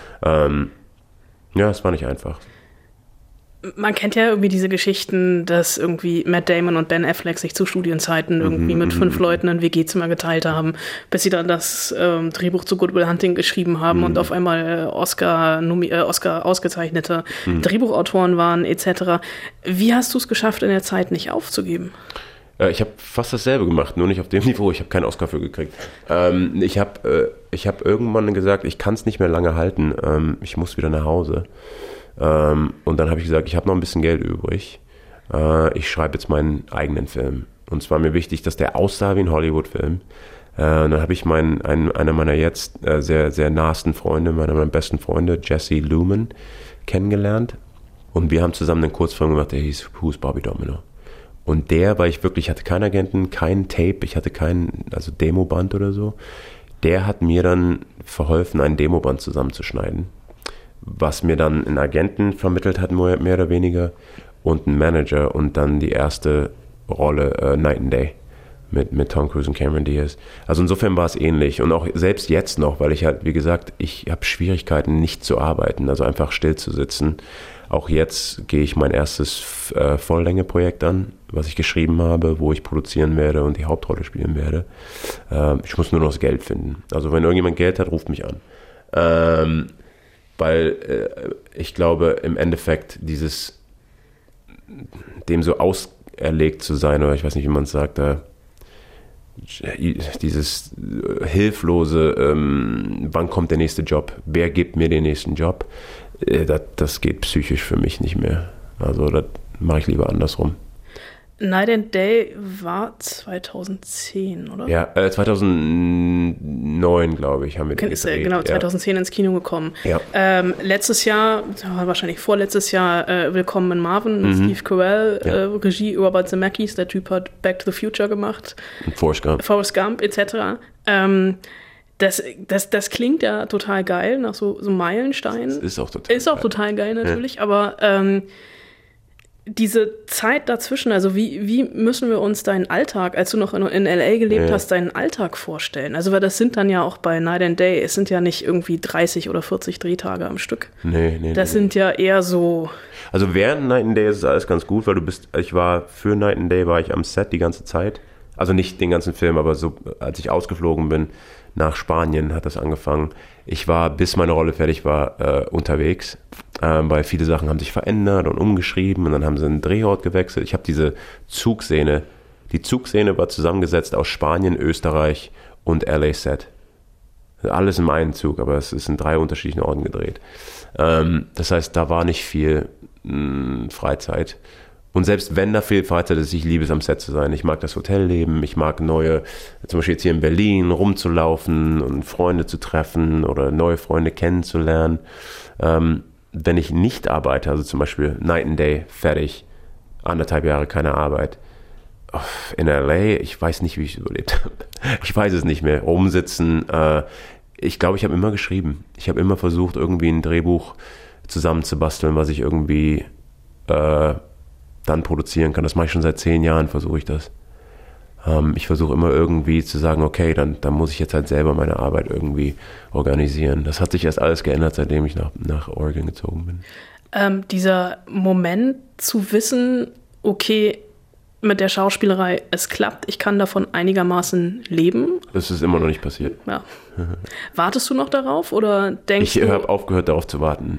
Es war nicht einfach. Man kennt ja irgendwie diese Geschichten, dass irgendwie Matt Damon und Ben Affleck sich zu Studienzeiten irgendwie mit 5 Leuten ein WG-Zimmer geteilt haben, bis sie dann das Drehbuch zu Good Will Hunting geschrieben haben und auf einmal Oscar ausgezeichnete Drehbuchautoren waren etc. Wie hast du es geschafft, in der Zeit nicht aufzugeben? Ich habe fast dasselbe gemacht, nur nicht auf dem Niveau. Ich habe keinen Oscar für gekriegt. Ich hab irgendwann gesagt, ich kann es nicht mehr lange halten. Ich muss wieder nach Hause. Und dann habe ich gesagt, ich habe noch ein bisschen Geld übrig. Ich schreibe jetzt meinen eigenen Film. Und es war mir wichtig, dass der aussah wie ein Hollywood-Film. Dann habe ich einer meiner jetzt sehr, sehr nahesten Freunde, meiner besten Freunde, Jesse Lumen, kennengelernt. Und wir haben zusammen einen Kurzfilm gemacht, der hieß Who's Bobby Domino. Und weil ich hatte keinen Agenten, kein Tape, ich hatte also Demoband oder so. Der hat mir dann verholfen, ein Demoband zusammenzuschneiden, was mir dann einen Agenten vermittelt hat, mehr oder weniger, und einen Manager und dann die erste Rolle Night and Day mit Tom Cruise und Cameron Diaz. Also insofern war es ähnlich und auch selbst jetzt noch, weil ich halt, wie gesagt, ich habe Schwierigkeiten, nicht zu arbeiten, also einfach still zu sitzen. Auch jetzt gehe ich mein erstes Volllänge-Projekt an, was ich geschrieben habe, wo ich produzieren werde und die Hauptrolle spielen werde. Ich muss nur noch das Geld finden. Also wenn irgendjemand Geld hat, ruft mich an. Weil ich glaube, im Endeffekt dem so auserlegt zu sein, oder ich weiß nicht, wie man es sagt, dieses hilflose, wann kommt der nächste Job, wer gibt mir den nächsten Job, das geht psychisch für mich nicht mehr. Also das mache ich lieber andersrum. Night and Day war 2010, oder? Ja, 2009, glaube ich, haben wir den gedreht. Genau, 2010 ins Kino gekommen. Ja. Letztes Jahr, wahrscheinlich vorletztes Jahr, Willkommen in Marvin mit Steve Carell, Regie Robert Zemeckis, der Typ hat Back to the Future gemacht. Und Forrest Gump etc. Das klingt ja total geil, nach so Meilensteinen. Das ist auch total geil natürlich, aber diese Zeit dazwischen, also wie müssen wir uns deinen Alltag, als du noch in L.A. gelebt hast, deinen Alltag vorstellen? Also weil das sind dann ja auch bei Night and Day, es sind ja nicht irgendwie 30 oder 40 Drehtage am Stück. Nee. Das sind ja eher so... Also während Night and Day ist es alles ganz gut, weil für Night and Day war ich am Set die ganze Zeit. Also nicht den ganzen Film, aber so, als ich ausgeflogen bin nach Spanien, hat das angefangen. Ich war, bis meine Rolle fertig war, unterwegs, weil viele Sachen haben sich verändert und umgeschrieben und dann haben sie einen Drehort gewechselt. Ich habe die Zugszene war zusammengesetzt aus Spanien, Österreich und LA-Set. Alles im einen Zug, aber es ist in 3 unterschiedlichen Orten gedreht. Das heißt, da war nicht viel Freizeit. Und selbst wenn da viel Freizeit ist, ich liebe es, am Set zu sein. Ich mag das Hotelleben, ich mag zum Beispiel jetzt hier in Berlin rumzulaufen und Freunde zu treffen oder neue Freunde kennenzulernen. Wenn ich nicht arbeite, also zum Beispiel Night and Day, fertig, 1,5 Jahre keine Arbeit. In L.A., ich weiß nicht, wie ich es überlebt habe. Ich weiß es nicht mehr. Rumsitzen, ich glaube, ich habe immer geschrieben. Ich habe immer versucht, irgendwie ein Drehbuch zusammenzubasteln, was ich irgendwie dann produzieren kann. Das mache ich schon seit 10 Jahren, versuche ich das. Ich versuche immer irgendwie zu sagen, okay, dann muss ich jetzt halt selber meine Arbeit irgendwie organisieren. Das hat sich erst alles geändert, seitdem ich nach Oregon gezogen bin. Dieser Moment zu wissen, okay, mit der Schauspielerei, es klappt, ich kann davon einigermaßen leben. Das ist immer noch nicht passiert. Ja. Wartest du noch darauf oder denkst du... Ich habe aufgehört, darauf zu warten.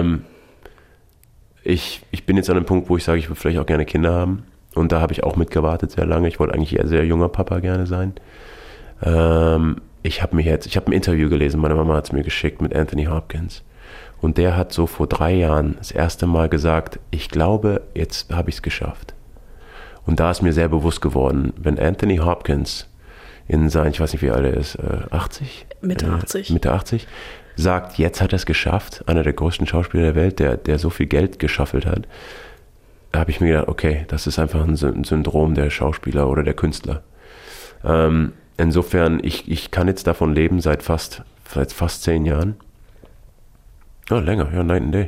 Ich bin jetzt an einem Punkt, wo ich sage, ich würde vielleicht auch gerne Kinder haben. Und da habe ich auch mitgewartet sehr lange. Ich wollte eigentlich eher sehr junger Papa gerne sein. Ich habe ein Interview gelesen, meine Mama hat es mir geschickt mit Anthony Hopkins. Und der hat so vor 3 Jahren das erste Mal gesagt, ich glaube, jetzt habe ich es geschafft. Und da ist mir sehr bewusst geworden, wenn Anthony Hopkins in seinen, ich weiß nicht wie alt er ist, 80? Mitte 80. Mitte 80, sagt, jetzt hat er es geschafft, einer der größten Schauspieler der Welt, der so viel Geld geschaffelt hat, da habe ich mir gedacht, okay, das ist einfach ein Syndrom der Schauspieler oder der Künstler. Insofern, ich kann jetzt davon leben seit fast 10 Jahren. Ja, länger, ja, Night and Day.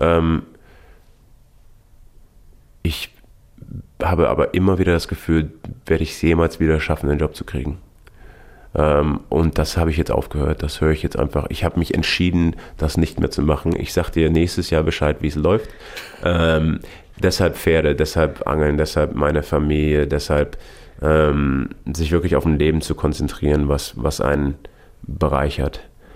Ich habe aber immer wieder das Gefühl, werde ich es jemals wieder schaffen, den Job zu kriegen. Und das habe ich jetzt aufgehört, das höre ich jetzt einfach. Ich habe mich entschieden, das nicht mehr zu machen. Ich sage dir nächstes Jahr Bescheid, wie es läuft. Deshalb Pferde, deshalb Angeln, deshalb meine Familie, deshalb sich wirklich auf ein Leben zu konzentrieren, was einen bereichert.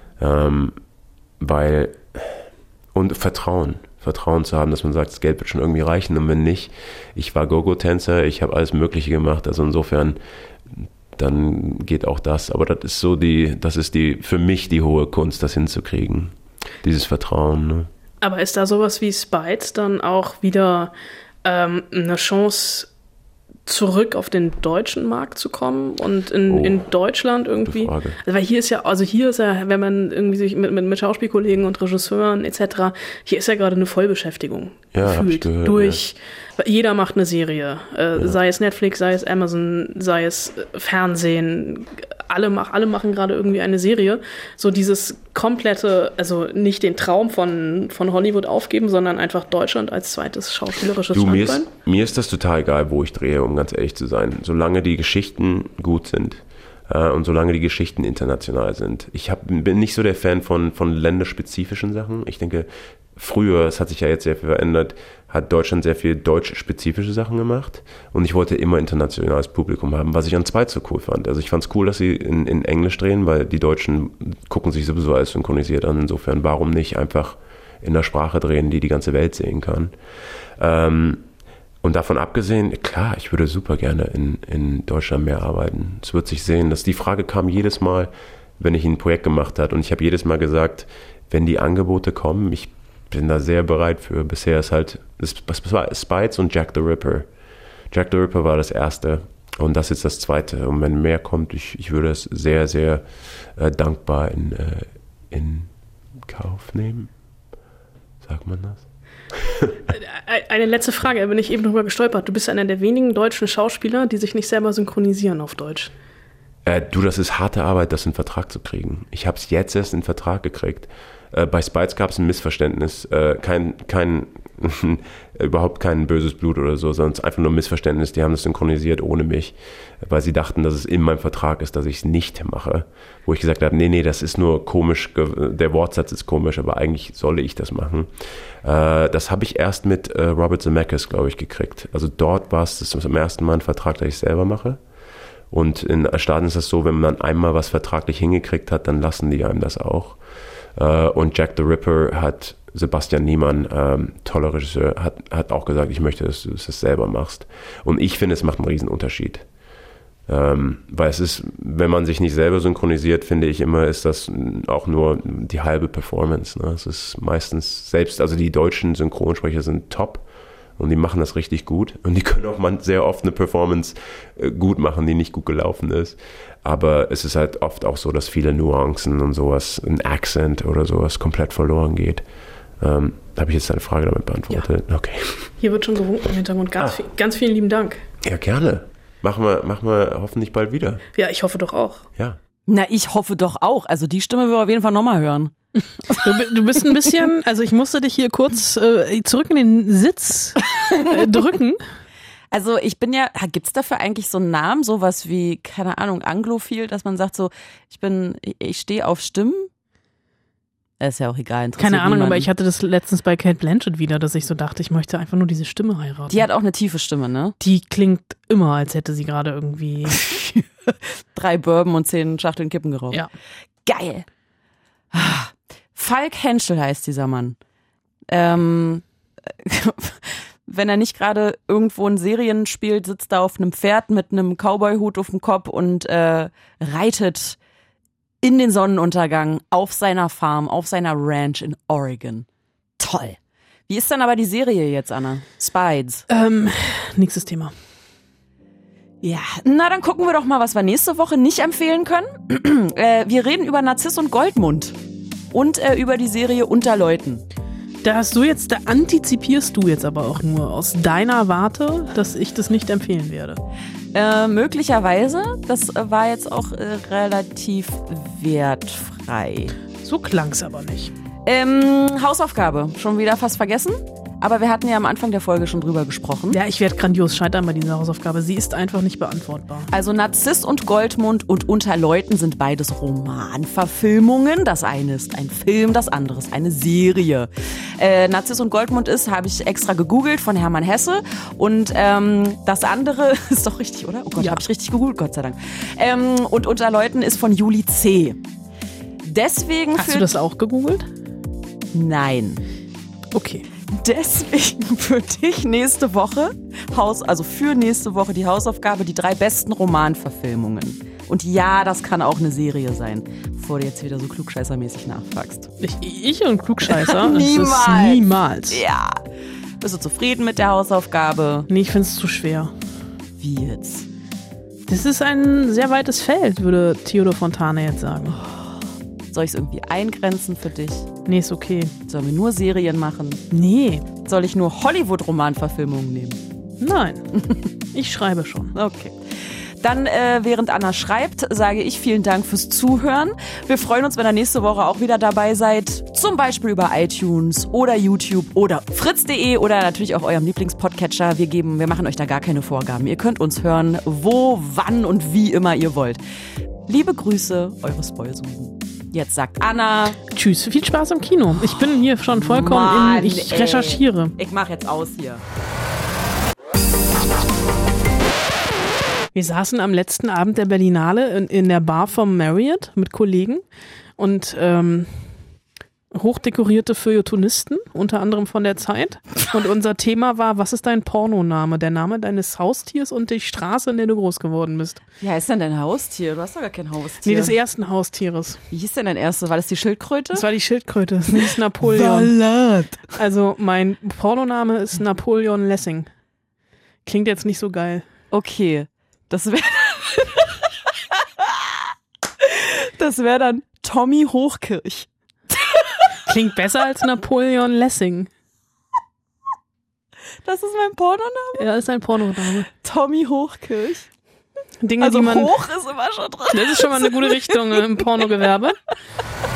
Und Vertrauen zu haben, dass man sagt, das Geld wird schon irgendwie reichen und wenn nicht, ich war Go-Go-Tänzer, ich habe alles Mögliche gemacht, also insofern, dann geht auch das, aber das ist für mich die hohe Kunst, das hinzukriegen, dieses Vertrauen. Ne? Aber ist da sowas wie Spites dann auch wieder eine Chance, zurück auf den deutschen Markt zu kommen und in Deutschland irgendwie, also weil hier ist ja, wenn man irgendwie sich mit Schauspielkollegen und Regisseuren etc., hier ist ja gerade eine Vollbeschäftigung gefühlt jeder macht eine Serie, sei es Netflix, sei es Amazon, sei es Fernsehen, alle machen gerade irgendwie eine Serie, so dieses komplette, also nicht den Traum von Hollywood aufgeben, sondern einfach Deutschland als zweites schauspielerisches Standbein. Mir ist das total egal, wo ich drehe, um ganz ehrlich zu sein, solange die Geschichten gut sind und solange die Geschichten international sind. Ich bin nicht so der Fan von länderspezifischen Sachen. Ich denke, früher, es hat sich ja jetzt sehr viel verändert, hat Deutschland sehr viel deutschspezifische Sachen gemacht und ich wollte immer internationales Publikum haben, was ich an Spites so cool fand. Also ich fand es cool, dass sie in Englisch drehen, weil die Deutschen gucken sich sowieso alles synchronisiert an. Insofern, warum nicht einfach in der Sprache drehen, die ganze Welt sehen kann. Und davon abgesehen, klar, ich würde super gerne in Deutschland mehr arbeiten. Es wird sich sehen. Die Frage kam jedes Mal, wenn ich ein Projekt gemacht habe und ich habe jedes Mal gesagt, wenn die Angebote kommen, ich bin da sehr bereit für. Bisher ist halt Spites und Jack the Ripper. Jack the Ripper war das erste und das ist das zweite. Und wenn mehr kommt, ich würde es sehr, sehr dankbar in Kauf nehmen. Sagt man das? Eine letzte Frage, da bin ich eben drüber gestolpert. Du bist einer der wenigen deutschen Schauspieler, die sich nicht selber synchronisieren auf Deutsch. Das ist harte Arbeit, das in den Vertrag zu kriegen. Ich habe es jetzt erst in den Vertrag gekriegt. Bei Spites gab es ein Missverständnis, überhaupt kein böses Blut oder so, sondern einfach nur ein Missverständnis. Die haben das synchronisiert ohne mich, weil sie dachten, dass es in meinem Vertrag ist, dass ich es nicht mache. Wo ich gesagt habe, nee, das ist nur komisch, der Wortsatz ist komisch, aber eigentlich solle ich das machen. Das habe ich erst mit Robert Zemeckis, glaube ich, gekriegt. Also dort war es zum ersten Mal ein Vertrag, den ich selber mache. Und in Staaten ist das so, wenn man einmal was vertraglich hingekriegt hat, dann lassen die einem das auch. Und Jack the Ripper hat Sebastian Niemann, toller Regisseur, hat auch gesagt, ich möchte, dass du das selber machst. Und ich finde, es macht einen riesen Unterschied. Weil es ist, wenn man sich nicht selber synchronisiert, finde ich immer, ist das auch nur die halbe Performance. Ne? Es ist meistens selbst, also die deutschen Synchronsprecher sind top und die machen das richtig gut. Und die können auch sehr oft eine Performance gut machen, die nicht gut gelaufen ist. Aber es ist halt oft auch so, dass viele Nuancen und sowas, ein Accent oder sowas komplett verloren geht. Habe ich jetzt deine Frage damit beantwortet? Ja. Okay. Hier wird schon gewunken im Hintergrund. Ganz vielen lieben Dank. Ja, gerne. Machen wir hoffentlich bald wieder. Ja, ich hoffe doch auch. Ja. Na, ich hoffe doch auch. Also die Stimme will wir auf jeden Fall nochmal hören. Du bist ein bisschen, also ich musste dich hier kurz zurück in den Sitz drücken. Also ich bin ja, gibt's dafür eigentlich so einen Namen, sowas wie, keine Ahnung, Anglophil, dass man sagt so, ich stehe auf Stimmen? Ist ja auch egal. Keine Ahnung, aber ich hatte das letztens bei Cate Blanchett wieder, dass ich so dachte, ich möchte einfach nur diese Stimme heiraten. Die hat auch eine tiefe Stimme, ne? Die klingt immer, als hätte sie gerade irgendwie 3 Bourbon und 10 Schachteln Kippen geraucht. Ja. Geil. Falk Henschel heißt dieser Mann. Wenn er nicht gerade irgendwo in Serien spielt, sitzt er auf einem Pferd mit einem Cowboy-Hut auf dem Kopf und reitet in den Sonnenuntergang auf seiner Farm, auf seiner Ranch in Oregon. Toll. Wie ist dann aber die Serie jetzt, Anna? Spides. Nächstes Thema. Ja, na dann gucken wir doch mal, was wir nächste Woche nicht empfehlen können. Wir reden über Narziss und Goldmund und über die Serie Unter Leuten. Da antizipierst du jetzt aber auch nur aus deiner Warte, dass ich das nicht empfehlen werde. Möglicherweise. Das war jetzt auch relativ wertfrei. So klang's aber nicht. Hausaufgabe. Schon wieder fast vergessen. Aber wir hatten ja am Anfang der Folge schon drüber gesprochen. Ja, ich werde grandios scheitern bei dieser Hausaufgabe. Sie ist einfach nicht beantwortbar. Also Narziss und Goldmund und Unter Leuten sind beides Romanverfilmungen. Das eine ist ein Film, das andere ist eine Serie. Narziss und Goldmund habe ich extra gegoogelt von Hermann Hesse. Und das andere ist doch richtig, oder? Oh Gott, ja. Habe ich richtig gegoogelt, Gott sei Dank. Und Unter Leuten ist von Juli C. Deswegen Hast du das auch gegoogelt? Nein. Okay. Deswegen für dich nächste Woche, für nächste Woche die Hausaufgabe, die 3 besten Romanverfilmungen. Und ja, das kann auch eine Serie sein, bevor du jetzt wieder so klugscheißermäßig nachfragst. Ich und Klugscheißer? Niemals. Niemals. Ja. Bist du zufrieden mit der Hausaufgabe? Nee, ich find's zu schwer. Wie jetzt? Das ist ein sehr weites Feld, würde Theodor Fontane jetzt sagen. Soll ich es irgendwie eingrenzen für dich? Nee, ist okay. Sollen wir nur Serien machen? Nee. Soll ich nur Hollywood-Romanverfilmungen nehmen? Nein. Ich schreibe schon. Okay. Dann, während Anna schreibt, sage ich vielen Dank fürs Zuhören. Wir freuen uns, wenn ihr nächste Woche auch wieder dabei seid. Zum Beispiel über iTunes oder YouTube oder fritz.de oder natürlich auch eurem Lieblingspodcatcher. Wir machen euch da gar keine Vorgaben. Ihr könnt uns hören, wo, wann und wie immer ihr wollt. Liebe Grüße, eure Spoilsusen. Jetzt sagt Anna. Tschüss, viel Spaß im Kino. Ich bin hier schon vollkommen ich recherchiere. Ich mache jetzt aus hier. Wir saßen am letzten Abend der Berlinale in der Bar vom Marriott mit Kollegen und hochdekorierte Feuilletonisten, unter anderem von der Zeit. Und unser Thema war, was ist dein Pornoname? Der Name deines Haustiers und die Straße, in der du groß geworden bist. Wie heißt denn dein Haustier? Du hast doch gar kein Haustier. Nee, des ersten Haustieres. Wie hieß denn dein erstes? War das die Schildkröte? Das war die Schildkröte. Das ist Napoleon. Salat. Also mein Pornoname ist Napoleon Lessing. Klingt jetzt nicht so geil. Okay. Das wäre dann Tommy Hochkirch. Klingt besser als Napoleon Lessing. Das ist mein Pornoname? Ja, ist ein Pornoname. Tommy Hochkirch. Dinge, Also die man. hoch ist immer schon drin. Das ist schon mal eine gute Richtung im Pornogewerbe.